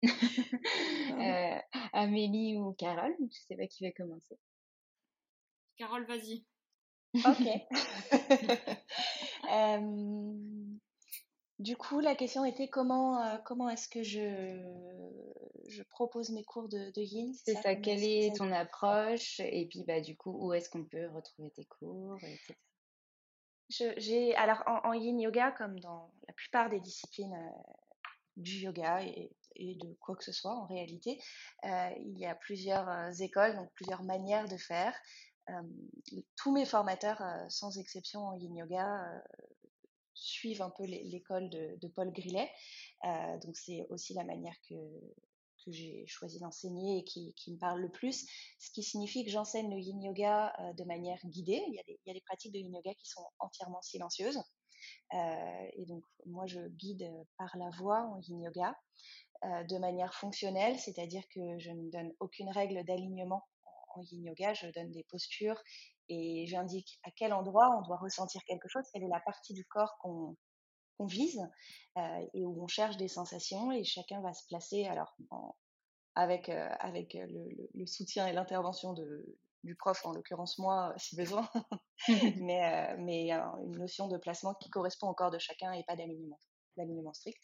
Amélie ou Carole, je ne sais pas qui va commencer. Carole, vas-y. Ok. Du coup, la question était comment est-ce que je propose mes cours de Yin? C'est ça, quelle est ton approche? Et puis, du coup, où est-ce qu'on peut retrouver tes cours, etc. Alors, en Yin Yoga, comme dans la plupart des disciplines du yoga et de quoi que ce soit en réalité, il y a plusieurs écoles, donc plusieurs manières de faire. Tous mes formateurs, sans exception en yin yoga, suivent un peu l'école de Paul Grillet. Donc c'est aussi la manière que j'ai choisi d'enseigner et qui me parle le plus, ce qui signifie que j'enseigne le yin yoga de manière guidée. Il y a des pratiques de yin yoga qui sont entièrement silencieuses. Et donc moi je guide par la voix en yin yoga de manière fonctionnelle, c'est-à-dire que je ne donne aucune règle d'alignement en yin yoga, je donne des postures et j'indique à quel endroit on doit ressentir quelque chose, quelle est la partie du corps qu'on vise et où on cherche des sensations et chacun va se placer alors avec le soutien et l'intervention du prof, en l'occurrence moi si besoin, mais une notion de placement qui correspond au corps de chacun et pas d'alignement strict.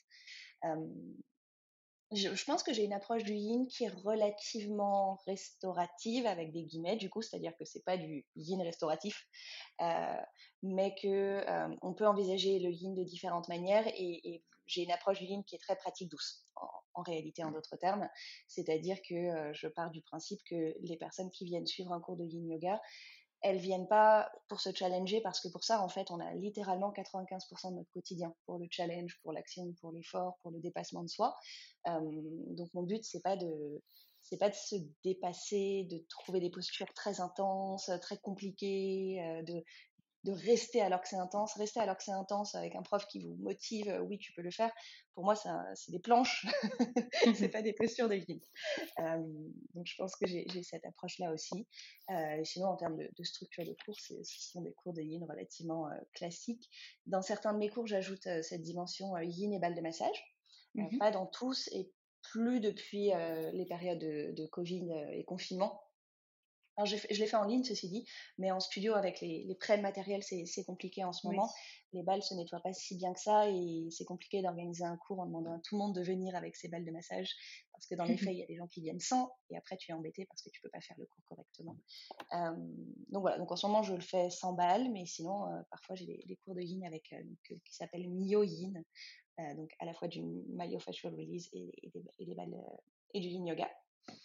Je pense que j'ai une approche du yin qui est relativement restaurative, avec des guillemets du coup, c'est-à-dire que c'est pas du yin restauratif, mais que on peut envisager le yin de différentes manières et j'ai une approche du yin qui est très pratique douce, en réalité, en d'autres termes, c'est-à-dire que je pars du principe que les personnes qui viennent suivre un cours de yin yoga, elles viennent pas pour se challenger parce que pour ça, en fait, on a littéralement 95% de notre quotidien pour le challenge, pour l'action, pour l'effort, pour le dépassement de soi. Donc mon but, c'est pas de se dépasser, de trouver des postures très intenses, très compliquées, de rester alors que c'est intense. Rester alors que c'est intense avec un prof qui vous motive, oui, tu peux le faire. Pour moi, c'est des planches, c'est pas des postures de yin. Donc je pense que j'ai cette approche-là aussi. Sinon, en termes de structure de cours, ce sont des cours de yin relativement classiques. Dans certains de mes cours, j'ajoute cette dimension yin et balle de massage. Pas dans tous et plus depuis les périodes de Covid et confinement. Alors, je l'ai fait en ligne, ceci dit, mais en studio avec les prêts de matériel, c'est compliqué en ce moment. Les balles se nettoient pas si bien que ça et c'est compliqué d'organiser un cours en demandant à tout le monde de venir avec ses balles de massage parce que dans les faits, il y a des gens qui viennent sans et après tu es embêté parce que tu peux pas faire le cours correctement. Donc voilà, donc en ce moment je le fais sans balles, mais sinon parfois j'ai des cours de yin avec qui s'appellent Myo Yin, donc à la fois du myofascial release et des balles et du yin yoga.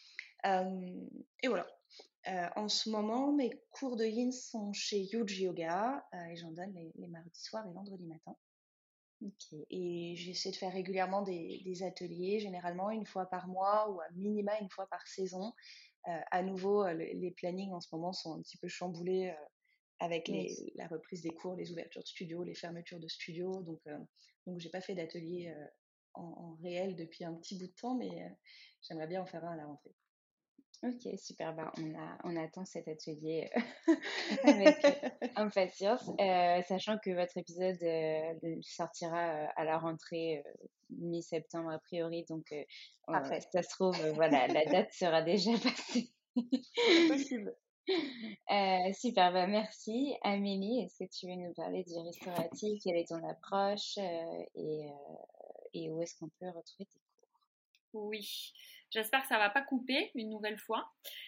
Et voilà. En ce moment, mes cours de yin sont chez Yuj Yoga et j'en donne les mardis soirs et vendredis matin. Et j'essaie de faire régulièrement des ateliers, généralement une fois par mois ou à minima une fois par saison. À nouveau, les plannings en ce moment sont un petit peu chamboulés avec la reprise des cours, les ouvertures de studio, les fermetures de studio. Donc j'ai pas fait d'atelier en réel depuis un petit bout de temps, mais j'aimerais bien en faire un à la rentrée. Ok, super. On attend cet atelier avec impatience, sachant que votre épisode sortira à la rentrée mi-septembre a priori, donc ça se trouve, voilà, la date sera déjà passée. C'est possible. Super, merci. Amélie, est-ce que tu veux nous parler du restauratif? Quelle est ton approche et où est-ce qu'on peut retrouver tes cours? Oui, j'espère que ça ne va pas couper une nouvelle fois.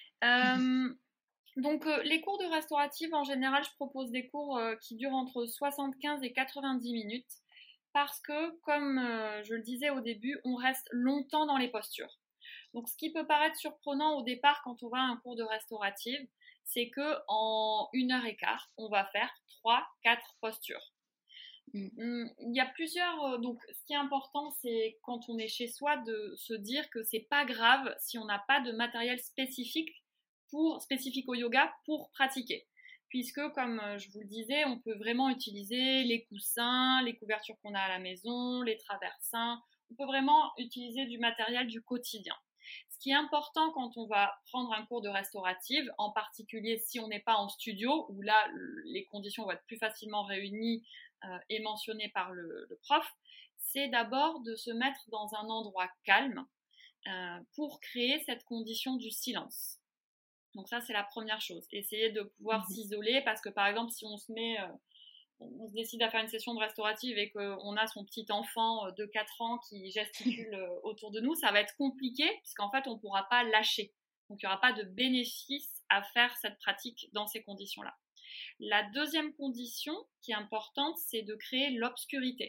Donc, les cours de restaurative, en général, je propose des cours qui durent entre 75 et 90 minutes parce que, comme je le disais au début, on reste longtemps dans les postures. Donc, ce qui peut paraître surprenant au départ quand on va à un cours de restaurative, c'est qu'en 1h15, on va faire 3-4 postures. Il y a plusieurs. Donc, ce qui est important, c'est quand on est chez soi de se dire que c'est pas grave si on n'a pas de matériel spécifique au yoga pour pratiquer. Puisque, comme je vous le disais, on peut vraiment utiliser les coussins, les couvertures qu'on a à la maison, les traversins. On peut vraiment utiliser du matériel du quotidien. Ce qui est important quand on va prendre un cours de restaurative, en particulier si on n'est pas en studio, où là, les conditions vont être plus facilement réunies et mentionnées par le prof, c'est d'abord de se mettre dans un endroit calme pour créer cette condition du silence. Donc ça, c'est la première chose. Essayer de pouvoir s'isoler parce que, par exemple, si on se décide à faire une session de restaurative et qu'on a son petit enfant de 4 ans qui gesticule autour de nous, ça va être compliqué puisqu'en fait, on ne pourra pas lâcher. Donc, il n'y aura pas de bénéfice à faire cette pratique dans ces conditions-là. La deuxième condition qui est importante, c'est de créer l'obscurité.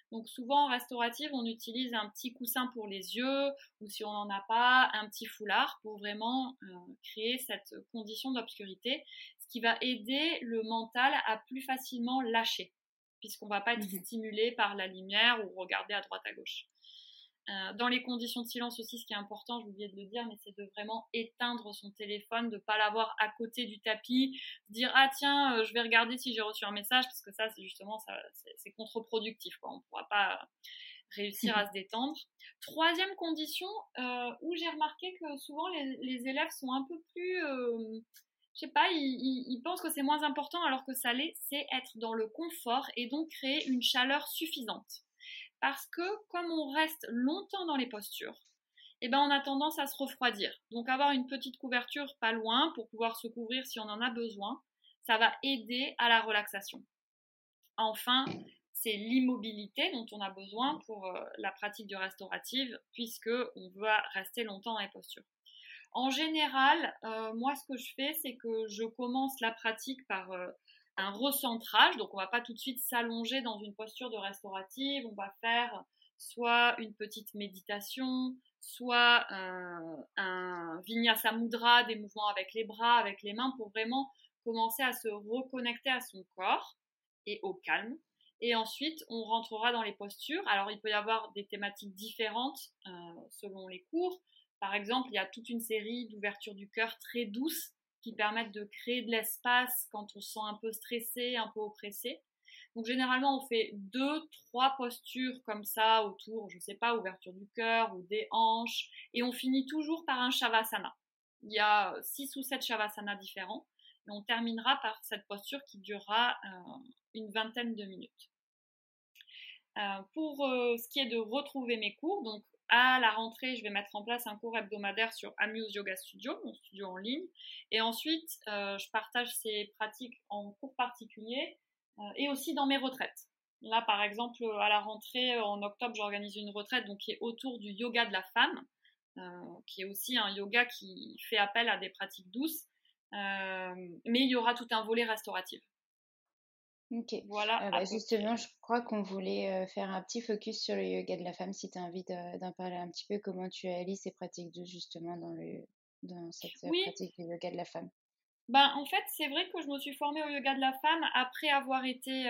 Donc souvent en restaurative, on utilise un petit coussin pour les yeux ou si on n'en a pas, un petit foulard pour vraiment créer cette condition d'obscurité, ce qui va aider le mental à plus facilement lâcher puisqu'on ne va pas être stimulé par la lumière ou regarder à droite à gauche. Dans les conditions de silence aussi, ce qui est important, j'ai oublié de le dire, mais c'est de vraiment éteindre son téléphone, de ne pas l'avoir à côté du tapis, de dire ah tiens, je vais regarder si j'ai reçu un message, parce que ça, c'est justement, c'est contre-productif, quoi. On ne pourra pas réussir à se détendre. Troisième condition, où j'ai remarqué que souvent les élèves sont un peu plus... je sais pas, ils pensent que c'est moins important alors que ça l'est, c'est être dans le confort et donc créer une chaleur suffisante. Parce que comme on reste longtemps dans les postures, on a tendance à se refroidir. Donc avoir une petite couverture pas loin pour pouvoir se couvrir si on en a besoin, ça va aider à la relaxation. Enfin, c'est l'immobilité dont on a besoin pour la pratique du restaurative puisqu'on va rester longtemps dans les postures. En général, moi ce que je fais, c'est que je commence la pratique par... un recentrage, donc on ne va pas tout de suite s'allonger dans une posture de restaurative, on va faire soit une petite méditation, soit un vinyasa mudra, des mouvements avec les bras, avec les mains, pour vraiment commencer à se reconnecter à son corps et au calme. Et ensuite, on rentrera dans les postures. Alors, il peut y avoir des thématiques différentes selon les cours. Par exemple, il y a toute une série d'ouvertures du cœur très douces qui permettent de créer de l'espace quand on se sent un peu stressé, un peu oppressé. Donc généralement, on fait 2-3 postures comme ça autour, je sais pas, ouverture du cœur ou des hanches, et on finit toujours par un shavasana. Il y a 6 ou 7 shavasana différents, et on terminera par cette posture qui durera une vingtaine de minutes. Pour ce qui est de retrouver mes cours, donc à la rentrée, je vais mettre en place un cours hebdomadaire sur Amuse Yoga Studio, mon studio en ligne. Et ensuite, je partage ces pratiques en cours particuliers et aussi dans mes retraites. Là, par exemple, à la rentrée, en octobre, j'organise une retraite donc, qui est autour du yoga de la femme, qui est aussi un yoga qui fait appel à des pratiques douces. Mais il y aura tout un volet restauratif. Ok. Voilà. Justement, je crois qu'on voulait faire un petit focus sur le yoga de la femme. Si tu as envie d'en parler un petit peu, comment tu allies ces pratiques douces justement dans cette pratique du yoga de la femme? En fait, c'est vrai que je me suis formée au yoga de la femme après avoir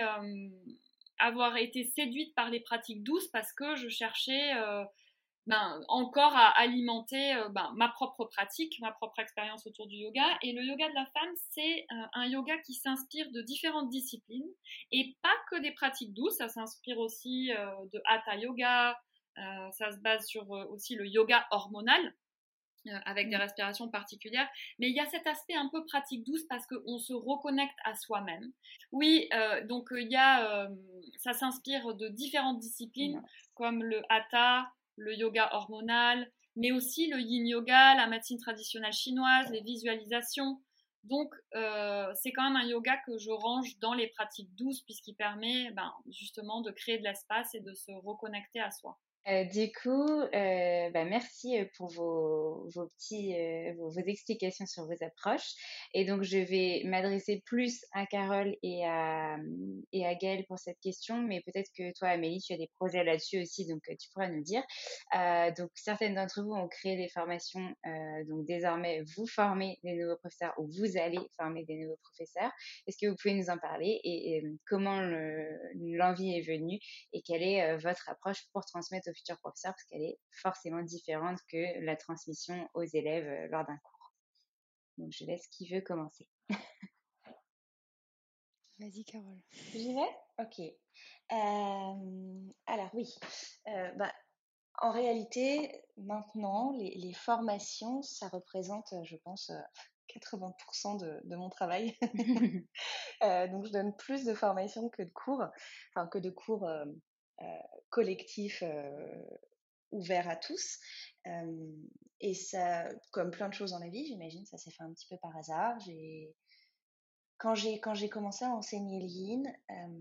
été séduite par les pratiques douces parce que je cherchais encore à alimenter ma propre pratique, ma propre expérience autour du yoga. Et le yoga de la femme, c'est un yoga qui s'inspire de différentes disciplines et pas que des pratiques douces. Ça s'inspire aussi de Hatha Yoga, ça se base sur aussi le yoga hormonal avec des respirations particulières. Mais il y a cet aspect un peu pratique douce parce qu'on se reconnecte à soi-même. Oui, donc ça s'inspire de différentes disciplines comme le Hatha, le yoga hormonal, mais aussi le yin yoga, la médecine traditionnelle chinoise, les visualisations. Donc, c'est quand même un yoga que je range dans les pratiques douces puisqu'il permet justement de créer de l'espace et de se reconnecter à soi. Du coup, merci pour vos explications sur vos approches. Et donc, je vais m'adresser plus à Carole et à Gaëlle pour cette question, mais peut-être que toi, Amélie, tu as des projets là-dessus aussi, donc tu pourras nous dire. Donc, certaines d'entre vous ont créé des formations, donc désormais, vous formez des nouveaux professeurs ou vous allez former des nouveaux professeurs. Est-ce que vous pouvez nous en parler et comment l'envie est venue et quelle est votre approche pour transmettre aux futurs professeurs, parce qu'elle est forcément différente que la transmission aux élèves lors d'un cours. Donc, je laisse qui veut commencer. Vas-y, Carole. J'y vais ? Ok. Alors, oui. En réalité, maintenant, les formations, ça représente, je pense, 80% de mon travail. Donc, je donne plus de formations que de cours, collectifs ouverts à tous. Et ça, comme plein de choses dans la vie, j'imagine, ça s'est fait un petit peu par hasard. Quand j'ai commencé à enseigner le yin,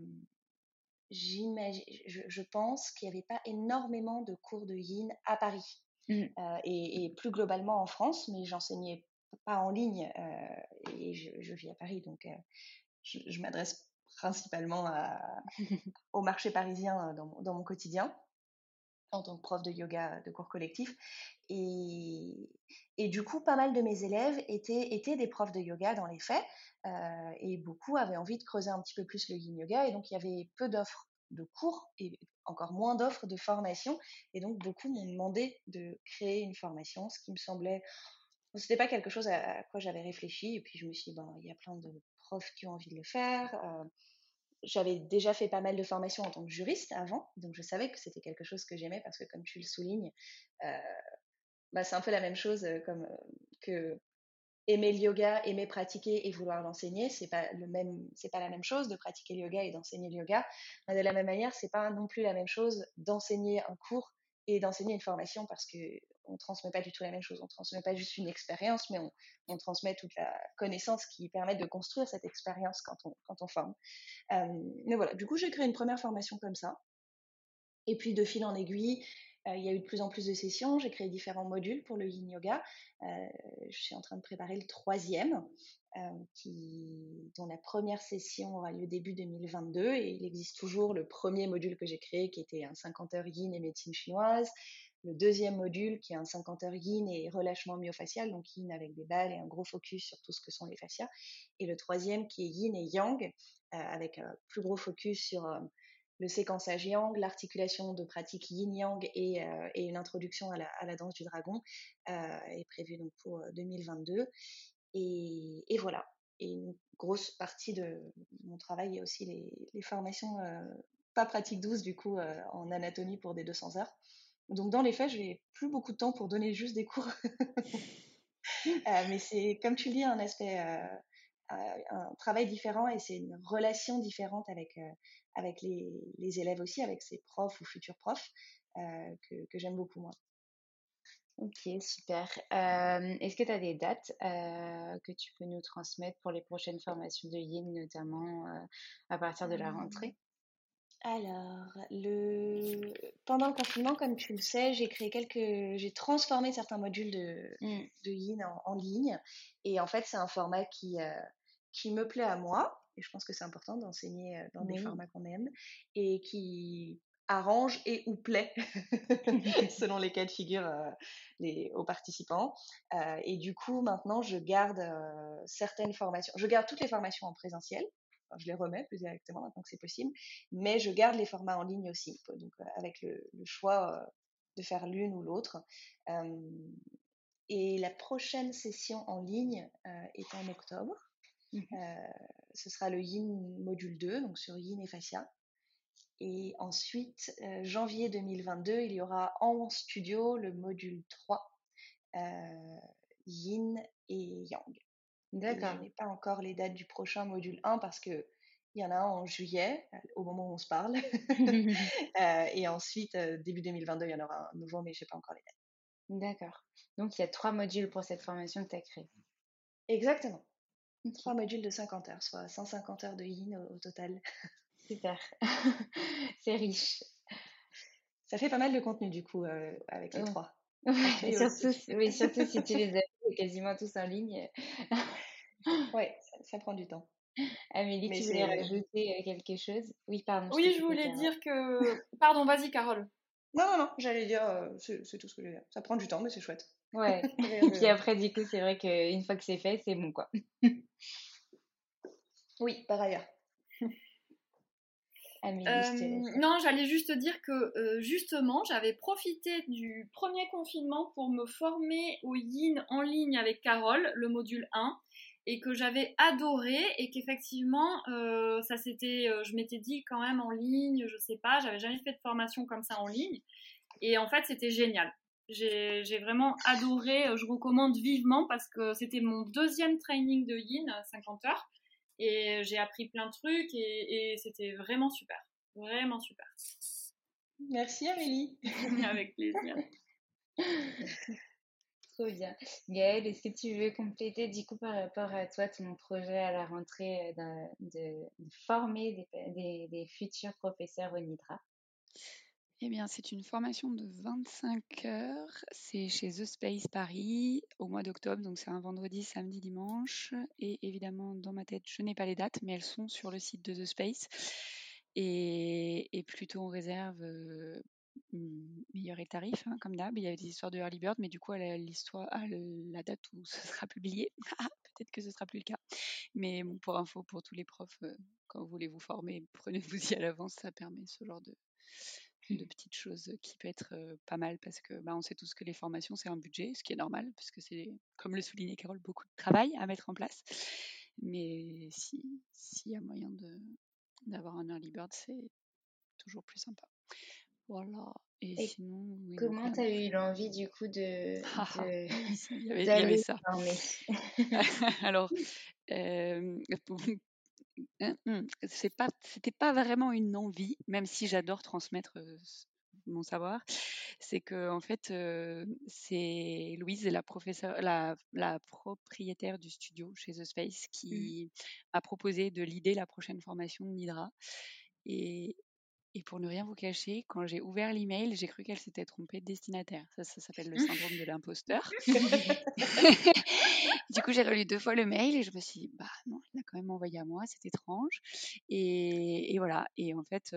je pense qu'il n'y avait pas énormément de cours de yin à Paris et plus globalement en France, mais j'enseignais pas en ligne et je vis à Paris, donc je m'adresse principalement au marché parisien dans mon quotidien, en tant que prof de yoga de cours collectifs. Et du coup, pas mal de mes élèves étaient des profs de yoga dans les faits, et beaucoup avaient envie de creuser un petit peu plus le yin yoga, et donc il y avait peu d'offres de cours et encore moins d'offres de formation, et donc beaucoup m'ont demandé de créer une formation, ce qui me semblait, c'était pas quelque chose à quoi j'avais réfléchi, et puis je me suis dit, il y a plein de profs qui ont envie de le faire. J'avais déjà fait pas mal de formations en tant que juriste avant, donc je savais que c'était quelque chose que j'aimais, parce que comme tu le soulignes, c'est un peu la même chose que aimer le yoga, aimer pratiquer et vouloir l'enseigner. C'est pas la même chose de pratiquer le yoga et d'enseigner le yoga. De la même manière, c'est pas non plus la même chose d'enseigner un cours et d'enseigner une formation, parce que on transmet pas du tout la même chose. On transmet pas juste une expérience, mais on transmet toute la connaissance qui permet de construire cette expérience quand on forme. Mais voilà, du coup, j'ai créé une première formation comme ça. Et puis, de fil en aiguille, il y a eu de plus en plus de sessions. J'ai créé différents modules pour le yin yoga. Je suis en train de préparer le 3e, dont la première session aura lieu début 2022. Et il existe toujours le premier module que j'ai créé, qui était un 50 heures yin et médecine chinoise. Le 2e module, qui est un 50 heures yin et relâchement myofacial, donc yin avec des balles et un gros focus sur tout ce que sont les fascias. Et le 3e, qui est yin et yang, avec un plus gros focus sur le séquençage yang, l'articulation de pratiques yin-yang et une introduction à la danse du dragon, est prévue donc pour 2022. Et voilà. Et une grosse partie de mon travail est aussi les formations pas pratiques douces, du coup, en anatomie pour des 200 heures. Donc dans les faits, je n'ai plus beaucoup de temps pour donner juste des cours. Mais c'est, comme tu le dis, un aspect, un travail différent, et c'est une relation différente avec les élèves aussi, avec ses profs ou futurs profs, que j'aime beaucoup, moi. Ok, super. Est-ce que tu as des dates que tu peux nous transmettre pour les prochaines formations de yin, notamment à partir de la rentrée? Alors, pendant le confinement, comme tu le sais, j'ai transformé certains modules de yin en ligne. Et en fait, c'est un format qui me plaît à moi. Et je pense que c'est important d'enseigner dans des formats qu'on aime et qui arrange et ou plaît selon les cas de figure aux participants. Et du coup, maintenant, je garde certaines formations. Je garde toutes les formations en présentiel. Enfin, je les remets plus directement maintenant que c'est possible, mais je garde les formats en ligne aussi, donc avec le choix de faire l'une ou l'autre. Et la prochaine session en ligne est en octobre. Ce sera le Yin module 2, donc sur Yin et fascia. Et ensuite, janvier 2022, il y aura en studio le module 3, Yin et Yang. D'accord. Et je n'ai pas encore les dates du prochain module 1, parce qu'il y en a un en juillet, au moment où on se parle. Et ensuite, début 2022, il y en aura un nouveau, mais je n'ai pas encore les dates. D'accord. Donc, il y a 3 modules pour cette formation que tu as créée. Exactement. 3 modules de 50 heures, soit 150 heures de yin au total. Super. C'est riche. Ça fait pas mal de contenu, du coup, avec les 3. Ouais, surtout si tu les as quasiment tous en ligne. Ouais, ça prend du temps. Amélie, tu voulais rajouter quelque chose? Oui, pardon. Oui, je voulais dire que... Pardon, vas-y, Carole. Non, j'allais dire, c'est tout ce que je voulais dire. Ça prend du temps, mais c'est chouette. Ouais. Et puis après, du coup, c'est vrai qu'une fois que c'est fait, c'est bon, quoi. Oui, par ailleurs. Non, j'allais juste dire que justement, j'avais profité du premier confinement pour me former au yin en ligne avec Carole, le module 1, et que j'avais adoré, et qu'effectivement, je m'étais dit quand même en ligne, je sais pas, j'avais jamais fait de formation comme ça en ligne, et en fait, c'était génial. J'ai vraiment adoré, je recommande vivement, parce que c'était mon 2e training de yin, 50 heures. Et j'ai appris plein de trucs, et c'était vraiment super. Vraiment super. Merci Amélie. Avec plaisir. Trop bien. Gaëlle, est-ce que tu veux compléter du coup par rapport à toi ton projet à la rentrée de former des futurs professeurs au NIDRA? Eh bien, c'est une formation de 25 heures. C'est chez The Space Paris au mois d'octobre. Donc, c'est un vendredi, samedi, dimanche. Et évidemment, dans ma tête, je n'ai pas les dates, mais elles sont sur le site de The Space. Et plutôt, on réserve meilleur tarif, hein, comme d'hab. Il y a des histoires de early bird, mais du coup, à la date où ce sera publié, peut-être que ce sera plus le cas. Mais bon, pour info, pour tous les profs, quand vous voulez vous former, prenez-vous-y à l'avance. Ça permet ce genre de petites choses qui peut être pas mal parce que on sait tous que les formations, c'est un budget, ce qui est normal, parce que c'est, comme le soulignait Carole, beaucoup de travail à mettre en place. Mais s'il y a moyen d'avoir un early bird, c'est toujours plus sympa. Voilà. Et sinon, oui, comment tu as eu l'envie du coup il y avait d'aller ça. former? Alors, c'était pas vraiment une envie, même si j'adore transmettre mon savoir. C'est que en fait, c'est Louise, la propriétaire du studio chez The Space, qui m'a proposé de l'idée la prochaine formation de Nidra. Et pour ne rien vous cacher, quand j'ai ouvert l'email, j'ai cru qu'elle s'était trompée de destinataire. Ça s'appelle le syndrome de l'imposteur. Du coup, j'ai relu 2 fois le mail et je me suis dit, bah non, elle l'a quand même envoyé à moi, c'est étrange. Et voilà. Et en fait,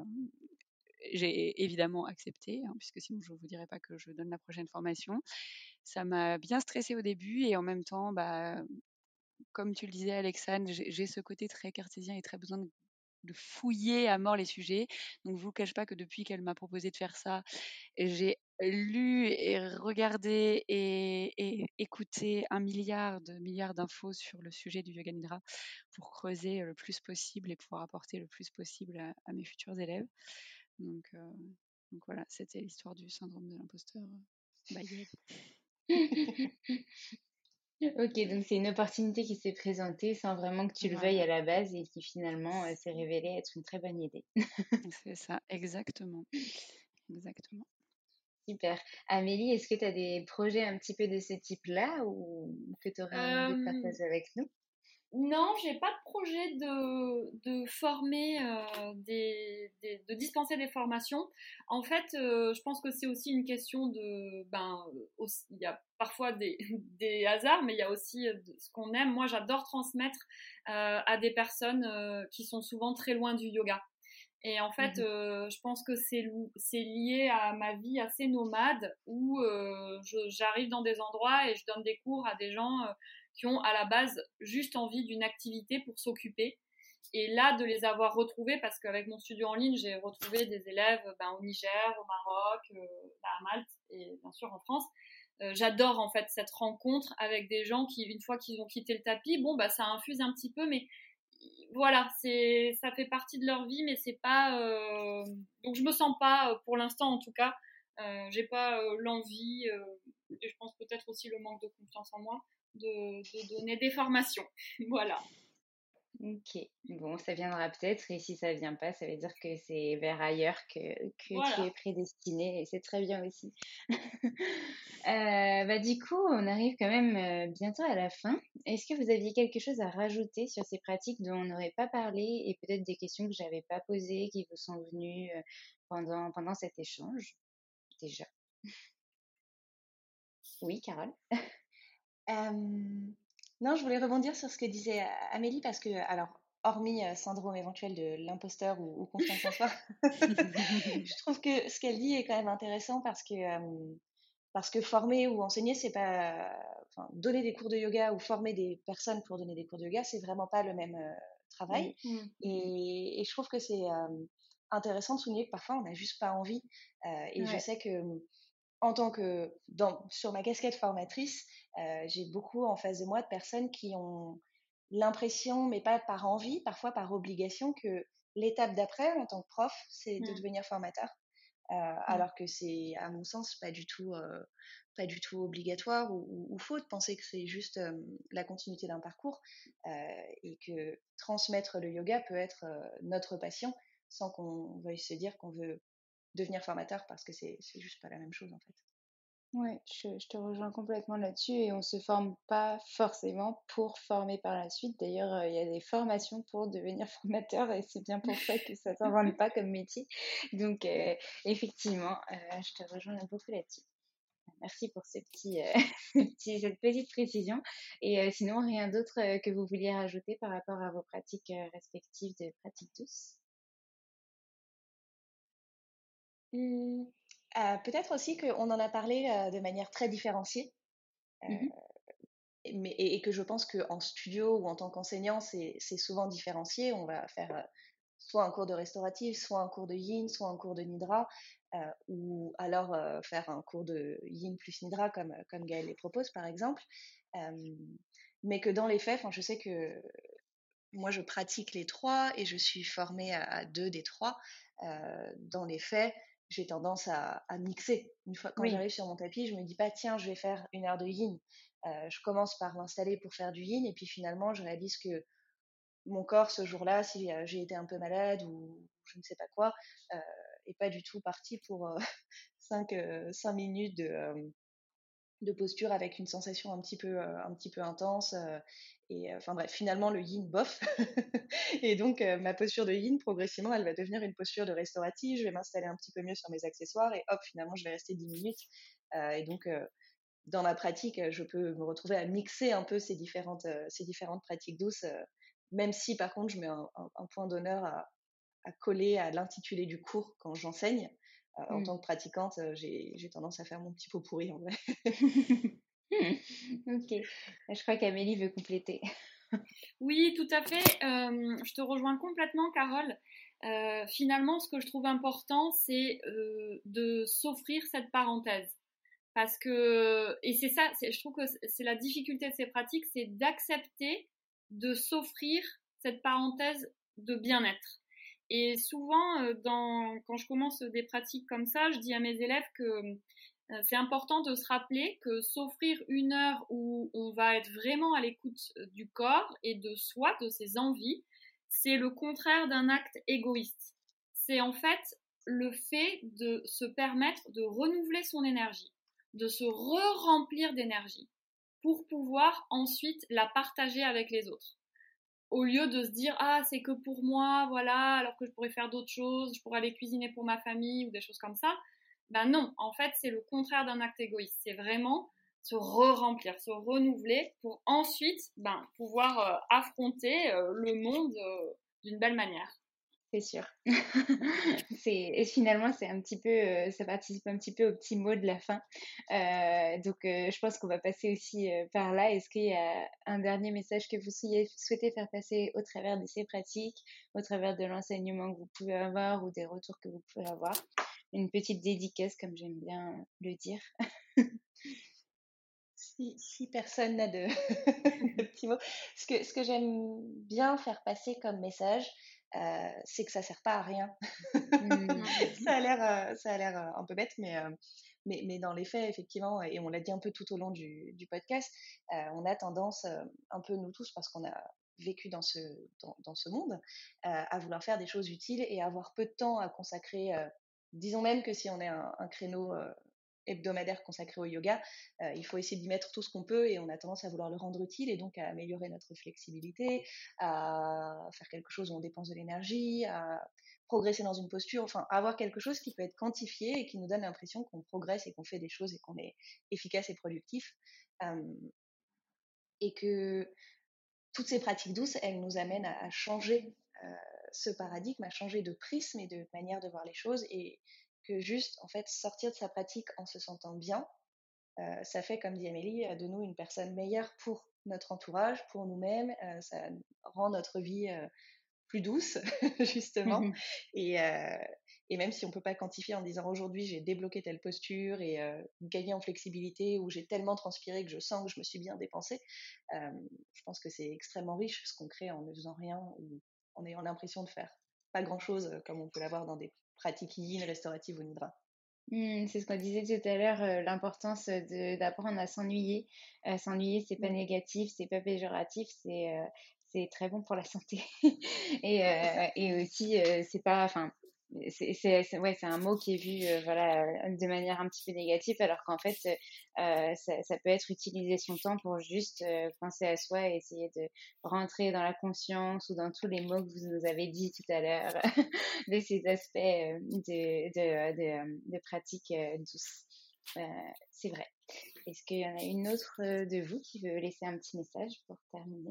j'ai évidemment accepté, hein, puisque sinon je ne vous dirais pas que je donne la prochaine formation. Ça m'a bien stressée au début et en même temps, comme tu le disais, Alexandre, j'ai ce côté très cartésien et très besoin de fouiller à mort les sujets. Donc, je ne vous cache pas que depuis qu'elle m'a proposé de faire ça, j'ai lu et regardé et écouté un milliard d'infos sur le sujet du yoga nidra pour creuser le plus possible et pouvoir apporter le plus possible à mes futurs élèves. Donc voilà, c'était l'histoire du syndrome de l'imposteur. Ok, donc c'est une opportunité qui s'est présentée sans vraiment que tu le veuilles à la base et qui finalement s'est révélée être une très bonne idée. C'est ça, exactement. Exactement. Super. Amélie, est-ce que tu as des projets un petit peu de ce type-là ou que tu aurais envie de partager avec nous? Non, j'ai pas de projet de former, de dispenser des formations. En fait, je pense que c'est aussi une question de, il y a parfois des hasards, mais il y a aussi ce qu'on aime. Moi, j'adore transmettre à des personnes qui sont souvent très loin du yoga. Et en fait, je pense que c'est lié à ma vie assez nomade où j'arrive dans des endroits et je donne des cours à des gens qui ont à la base juste envie d'une activité pour s'occuper. Et là, de les avoir retrouvés, parce qu'avec mon studio en ligne, j'ai retrouvé des élèves au Niger, au Maroc, à Malte et bien sûr en France. J'adore en fait cette rencontre avec des gens qui, une fois qu'ils ont quitté le tapis, ça infuse un petit peu, mais voilà, ça fait partie de leur vie, mais c'est pas. Donc je me sens pas, pour l'instant en tout cas, j'ai pas l'envie, et je pense peut-être aussi le manque de confiance en moi, de donner des formations. Voilà. Ok, bon, ça viendra peut-être, et si ça vient pas, ça veut dire que c'est vers ailleurs que Voilà. tu es prédestiné, et c'est très bien aussi. Du coup, on arrive quand même bientôt à la fin. Est-ce que vous aviez quelque chose à rajouter sur ces pratiques dont on n'aurait pas parlé, et peut-être des questions que j'avais pas posées, qui vous sont venues pendant cet échange, déjà? Oui, Carole? Non, je voulais rebondir sur ce que disait Amélie parce que, alors, hormis syndrome éventuel de l'imposteur ou confiance en soi, je trouve que ce qu'elle dit est quand même intéressant parce que former ou enseigner, c'est pas, enfin, donner des cours de yoga ou former des personnes pour donner des cours de yoga, c'est vraiment pas le même travail. Et je trouve que c'est intéressant de souligner que parfois on n'a juste pas envie. Et je sais que en tant que sur ma casquette formatrice, j'ai beaucoup en face de moi de personnes qui ont l'impression, mais pas par envie, parfois par obligation, que l'étape d'après, en tant que prof, c'est de devenir formateur. Alors que c'est, à mon sens, pas du tout obligatoire ou faux de penser que c'est juste la continuité d'un parcours et que transmettre le yoga peut être notre passion sans qu'on veuille se dire qu'on veut devenir formateur parce que c'est juste pas la même chose en fait. Ouais, je te rejoins complètement là-dessus et on se forme pas forcément pour former par la suite. D'ailleurs, il y a des formations pour devenir formateur et c'est bien pour ça que ça s'invente pas comme métier. Donc, effectivement, je te rejoins beaucoup là-dessus. Merci pour cette petite précision. Et sinon, rien d'autre que vous vouliez rajouter par rapport à vos pratiques respectives de pratique douce? Peut-être aussi qu'on en a parlé de manière très différenciée. Mhm. Et que je pense qu'en studio ou en tant qu'enseignant, c'est souvent différencié. On va faire soit un cours de restauratif, soit un cours de yin, soit un cours de nidra, ou alors faire un cours de yin plus nidra comme Gaëlle les propose par exemple. Mais que dans les faits, je sais que moi je pratique les trois et je suis formée à deux des trois. Dans les faits, j'ai tendance à mixer. Une fois, quand Oui. j'arrive sur mon tapis, je me dis pas tiens, je vais faire 1 heure de yin. Je commence par m'installer pour faire du yin et puis finalement je réalise que mon corps ce jour-là, si j'ai été un peu malade ou je ne sais pas quoi, est pas du tout parti pour 5 minutes de posture avec une sensation un petit peu intense. Et enfin bref, finalement le yin bof. Et donc ma posture de yin, progressivement, elle va devenir une posture de restaurative. Je vais m'installer un petit peu mieux sur mes accessoires et hop, finalement, je vais rester 10 minutes. Et donc dans ma pratique, je peux me retrouver à mixer un peu ces différentes pratiques douces, même si par contre je mets un point d'honneur à coller à l'intitulé du cours quand j'enseigne. En tant que pratiquante, j'ai tendance à faire mon petit pot pourri en vrai. Ok, je crois qu'Amélie veut compléter. Oui, tout à fait. Je te rejoins complètement, Carole. Finalement, ce que je trouve important, c'est de s'offrir cette parenthèse. Parce que, et c'est ça, je trouve que c'est la difficulté de ces pratiques, c'est d'accepter de s'offrir cette parenthèse de bien-être. Et souvent, quand je commence des pratiques comme ça, je dis à mes élèves que c'est important de se rappeler que s'offrir 1 heure où on va être vraiment à l'écoute du corps et de soi, de ses envies, c'est le contraire d'un acte égoïste. C'est en fait le fait de se permettre de renouveler son énergie, de se re-remplir d'énergie pour pouvoir ensuite la partager avec les autres. Au lieu de se dire ah c'est que pour moi, voilà, alors que je pourrais faire d'autres choses, je pourrais aller cuisiner pour ma famille ou des choses comme ça. Ben non, en fait c'est le contraire d'un acte égoïste. C'est vraiment se re-remplir, se renouveler pour ensuite pouvoir affronter le monde d'une belle manière. C'est sûr. Et finalement, c'est un petit peu, ça participe un petit peu au petit mot de la fin. Donc, je pense qu'on va passer aussi par là. Est-ce qu'il y a un dernier message que vous souhaitez faire passer au travers de ces pratiques, au travers de l'enseignement que vous pouvez avoir ou des retours que vous pouvez avoir? Une petite dédicace, comme j'aime bien le dire. Si personne n'a de, de petits mots, ce que j'aime bien faire passer comme message, c'est que ça sert pas à rien. Ça a l'air un peu bête, mais dans les faits, effectivement, et on l'a dit un peu tout au long du podcast, on a tendance, un peu nous tous, parce qu'on a vécu dans ce monde, à vouloir faire des choses utiles et avoir peu de temps à consacrer. Disons même que si on est un créneau hebdomadaire consacré au yoga, il faut essayer d'y mettre tout ce qu'on peut et on a tendance à vouloir le rendre utile et donc à améliorer notre flexibilité, à faire quelque chose où on dépense de l'énergie, à progresser dans une posture, enfin avoir quelque chose qui peut être quantifié et qui nous donne l'impression qu'on progresse et qu'on fait des choses et qu'on est efficace et productif. Et que toutes ces pratiques douces, elles nous amènent à changer ce paradigme, à changer de prisme et de manière de voir les choses et que juste en fait sortir de sa pratique en se sentant bien, ça fait, comme dit Amélie, de nous une personne meilleure pour notre entourage, pour nous-mêmes. Ça rend notre vie plus douce, justement. Et, et même si on ne peut pas quantifier en disant aujourd'hui j'ai débloqué telle posture et gagné en flexibilité ou j'ai tellement transpiré que je sens que je me suis bien dépensée, je pense que c'est extrêmement riche ce qu'on crée en ne faisant rien ou en ayant l'impression de faire pas grand-chose comme on peut l'avoir dans des pratiques yin, restauratives ou nidra. C'est ce qu'on disait tout à l'heure, l'importance d'apprendre à s'ennuyer. S'ennuyer, c'est pas négatif, c'est pas péjoratif, c'est très bon pour la santé. Et aussi, c'est pas, enfin, c'est un mot qui est vu de manière un petit peu négative, alors qu'en fait, ça peut être utiliser son temps pour juste penser à soi et essayer de rentrer dans la conscience ou dans tous les mots que vous nous avez dit tout à l'heure de ces aspects de pratiques douces. C'est vrai. Est-ce qu'il y en a une autre de vous qui veut laisser un petit message pour terminer?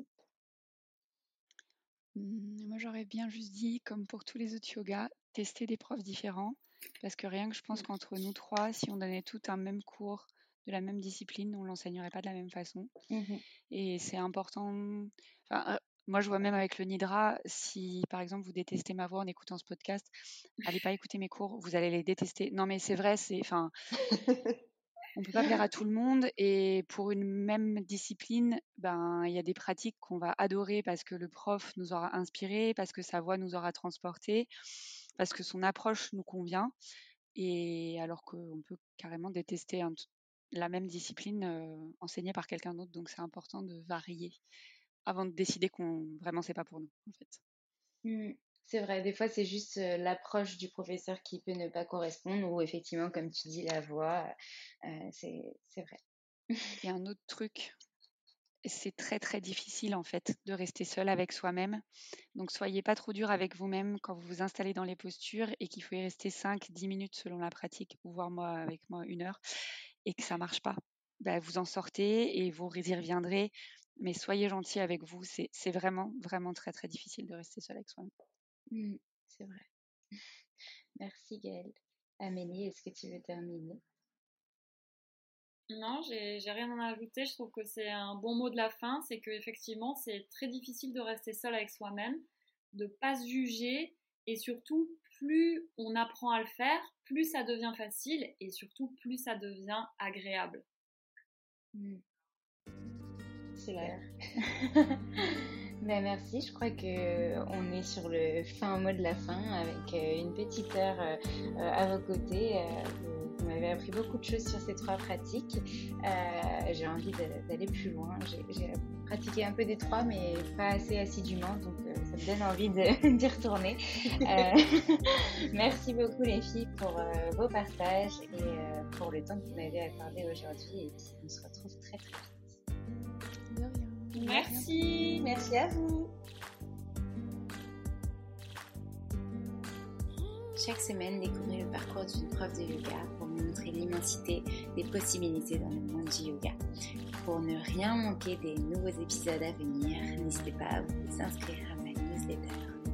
Moi, j'aurais bien juste dit, comme pour tous les autres yogas, tester des profs différents. Parce que rien que je pense qu'entre nous trois, si on donnait tout un même cours de la même discipline, on ne l'enseignerait pas de la même façon. Et c'est important. Moi, je vois même avec le Nidra, si par exemple vous détestez ma voix en écoutant ce podcast, allez pas écouter mes cours, vous allez les détester. Non, mais c'est vrai, on peut pas plaire à tout le monde, et pour une même discipline, il y a des pratiques qu'on va adorer parce que le prof nous aura inspiré, parce que sa voix nous aura transporté, parce que son approche nous convient, et alors qu'on peut carrément détester la même discipline enseignée par quelqu'un d'autre. Donc c'est important de varier avant de décider vraiment c'est pas pour nous, en fait. C'est vrai, des fois c'est juste l'approche du professeur qui peut ne pas correspondre, ou effectivement, comme tu dis, la voix, c'est vrai. Et un autre truc, c'est très très difficile en fait de rester seul avec soi-même. Donc soyez pas trop dur avec vous-même quand vous vous installez dans les postures et qu'il faut y rester 5-10 minutes selon la pratique, ou voire avec moi 1 heure, et que ça marche pas. Vous en sortez et vous y reviendrez, mais soyez gentil avec vous. C'est vraiment vraiment très très difficile de rester seul avec soi-même. C'est vrai. Merci Gaëlle. Amélie, est-ce que tu veux terminer? Non, j'ai rien à ajouter. Je trouve que c'est un bon mot de la fin. C'est qu'effectivement, c'est très difficile de rester seul avec soi-même, de ne pas se juger, et surtout, plus on apprend à le faire, plus ça devient facile, et surtout, plus ça devient agréable. C'est clair. Merci, je crois qu'on est sur le fin mot de la fin, avec une petite heure à vos côtés. Vous m'avez appris beaucoup de choses sur ces 3 pratiques. J'ai envie d'aller plus loin. J'ai pratiqué un peu des 3, mais pas assez assidûment, donc ça me donne envie d'y retourner. Merci beaucoup les filles pour vos partages et pour le temps que vous m'avez accordé aujourd'hui, et puis on se retrouve très très vite. De rien. Merci à vous. Chaque semaine, découvrez le parcours d'une prof de yoga pour me montrer l'immensité des possibilités dans le monde du yoga. Pour ne rien manquer des nouveaux épisodes à venir, n'hésitez pas à vous inscrire à ma newsletter.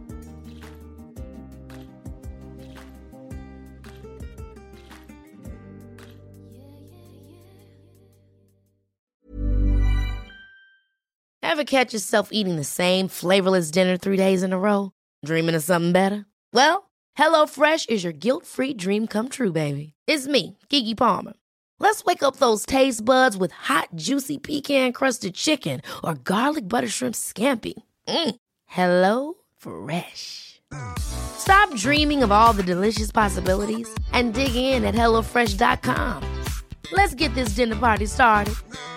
Ever catch yourself eating the same flavorless dinner 3 days in a row? Dreaming of something better? Well, HelloFresh is your guilt-free dream come true, baby. It's me, Keke Palmer. Let's wake up those taste buds with hot, juicy pecan-crusted chicken or garlic butter shrimp scampi. Hello Fresh. Stop dreaming of all the delicious possibilities and dig in at HelloFresh.com. Let's get this dinner party started.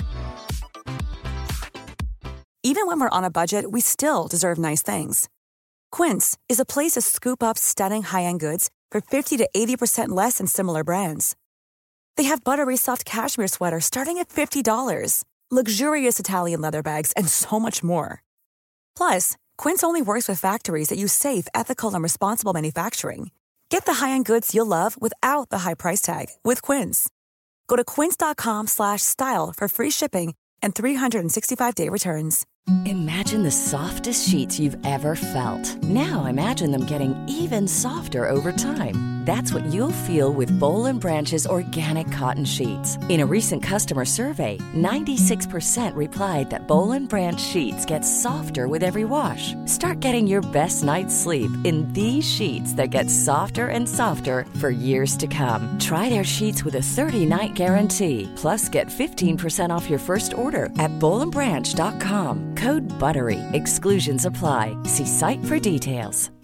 Even when we're on a budget, we still deserve nice things. Quince is a place to scoop up stunning high-end goods for 50 to 80% less than similar brands. They have buttery soft cashmere sweaters starting at $50, luxurious Italian leather bags, and so much more. Plus, Quince only works with factories that use safe, ethical, and responsible manufacturing. Get the high-end goods you'll love without the high price tag with Quince. Go to quince.com/style for free shipping and 365-day returns. Imagine the softest sheets you've ever felt. Now imagine them getting even softer over time. That's what you'll feel with Boll & Branch's organic cotton sheets. In a recent customer survey, 96% replied that Boll & Branch sheets get softer with every wash. Start getting your best night's sleep in these sheets that get softer and softer for years to come. Try their sheets with a 30-night guarantee. Plus, get 15% off your first order at bollandbranch.com. Code BUTTERY. Exclusions apply. See site for details.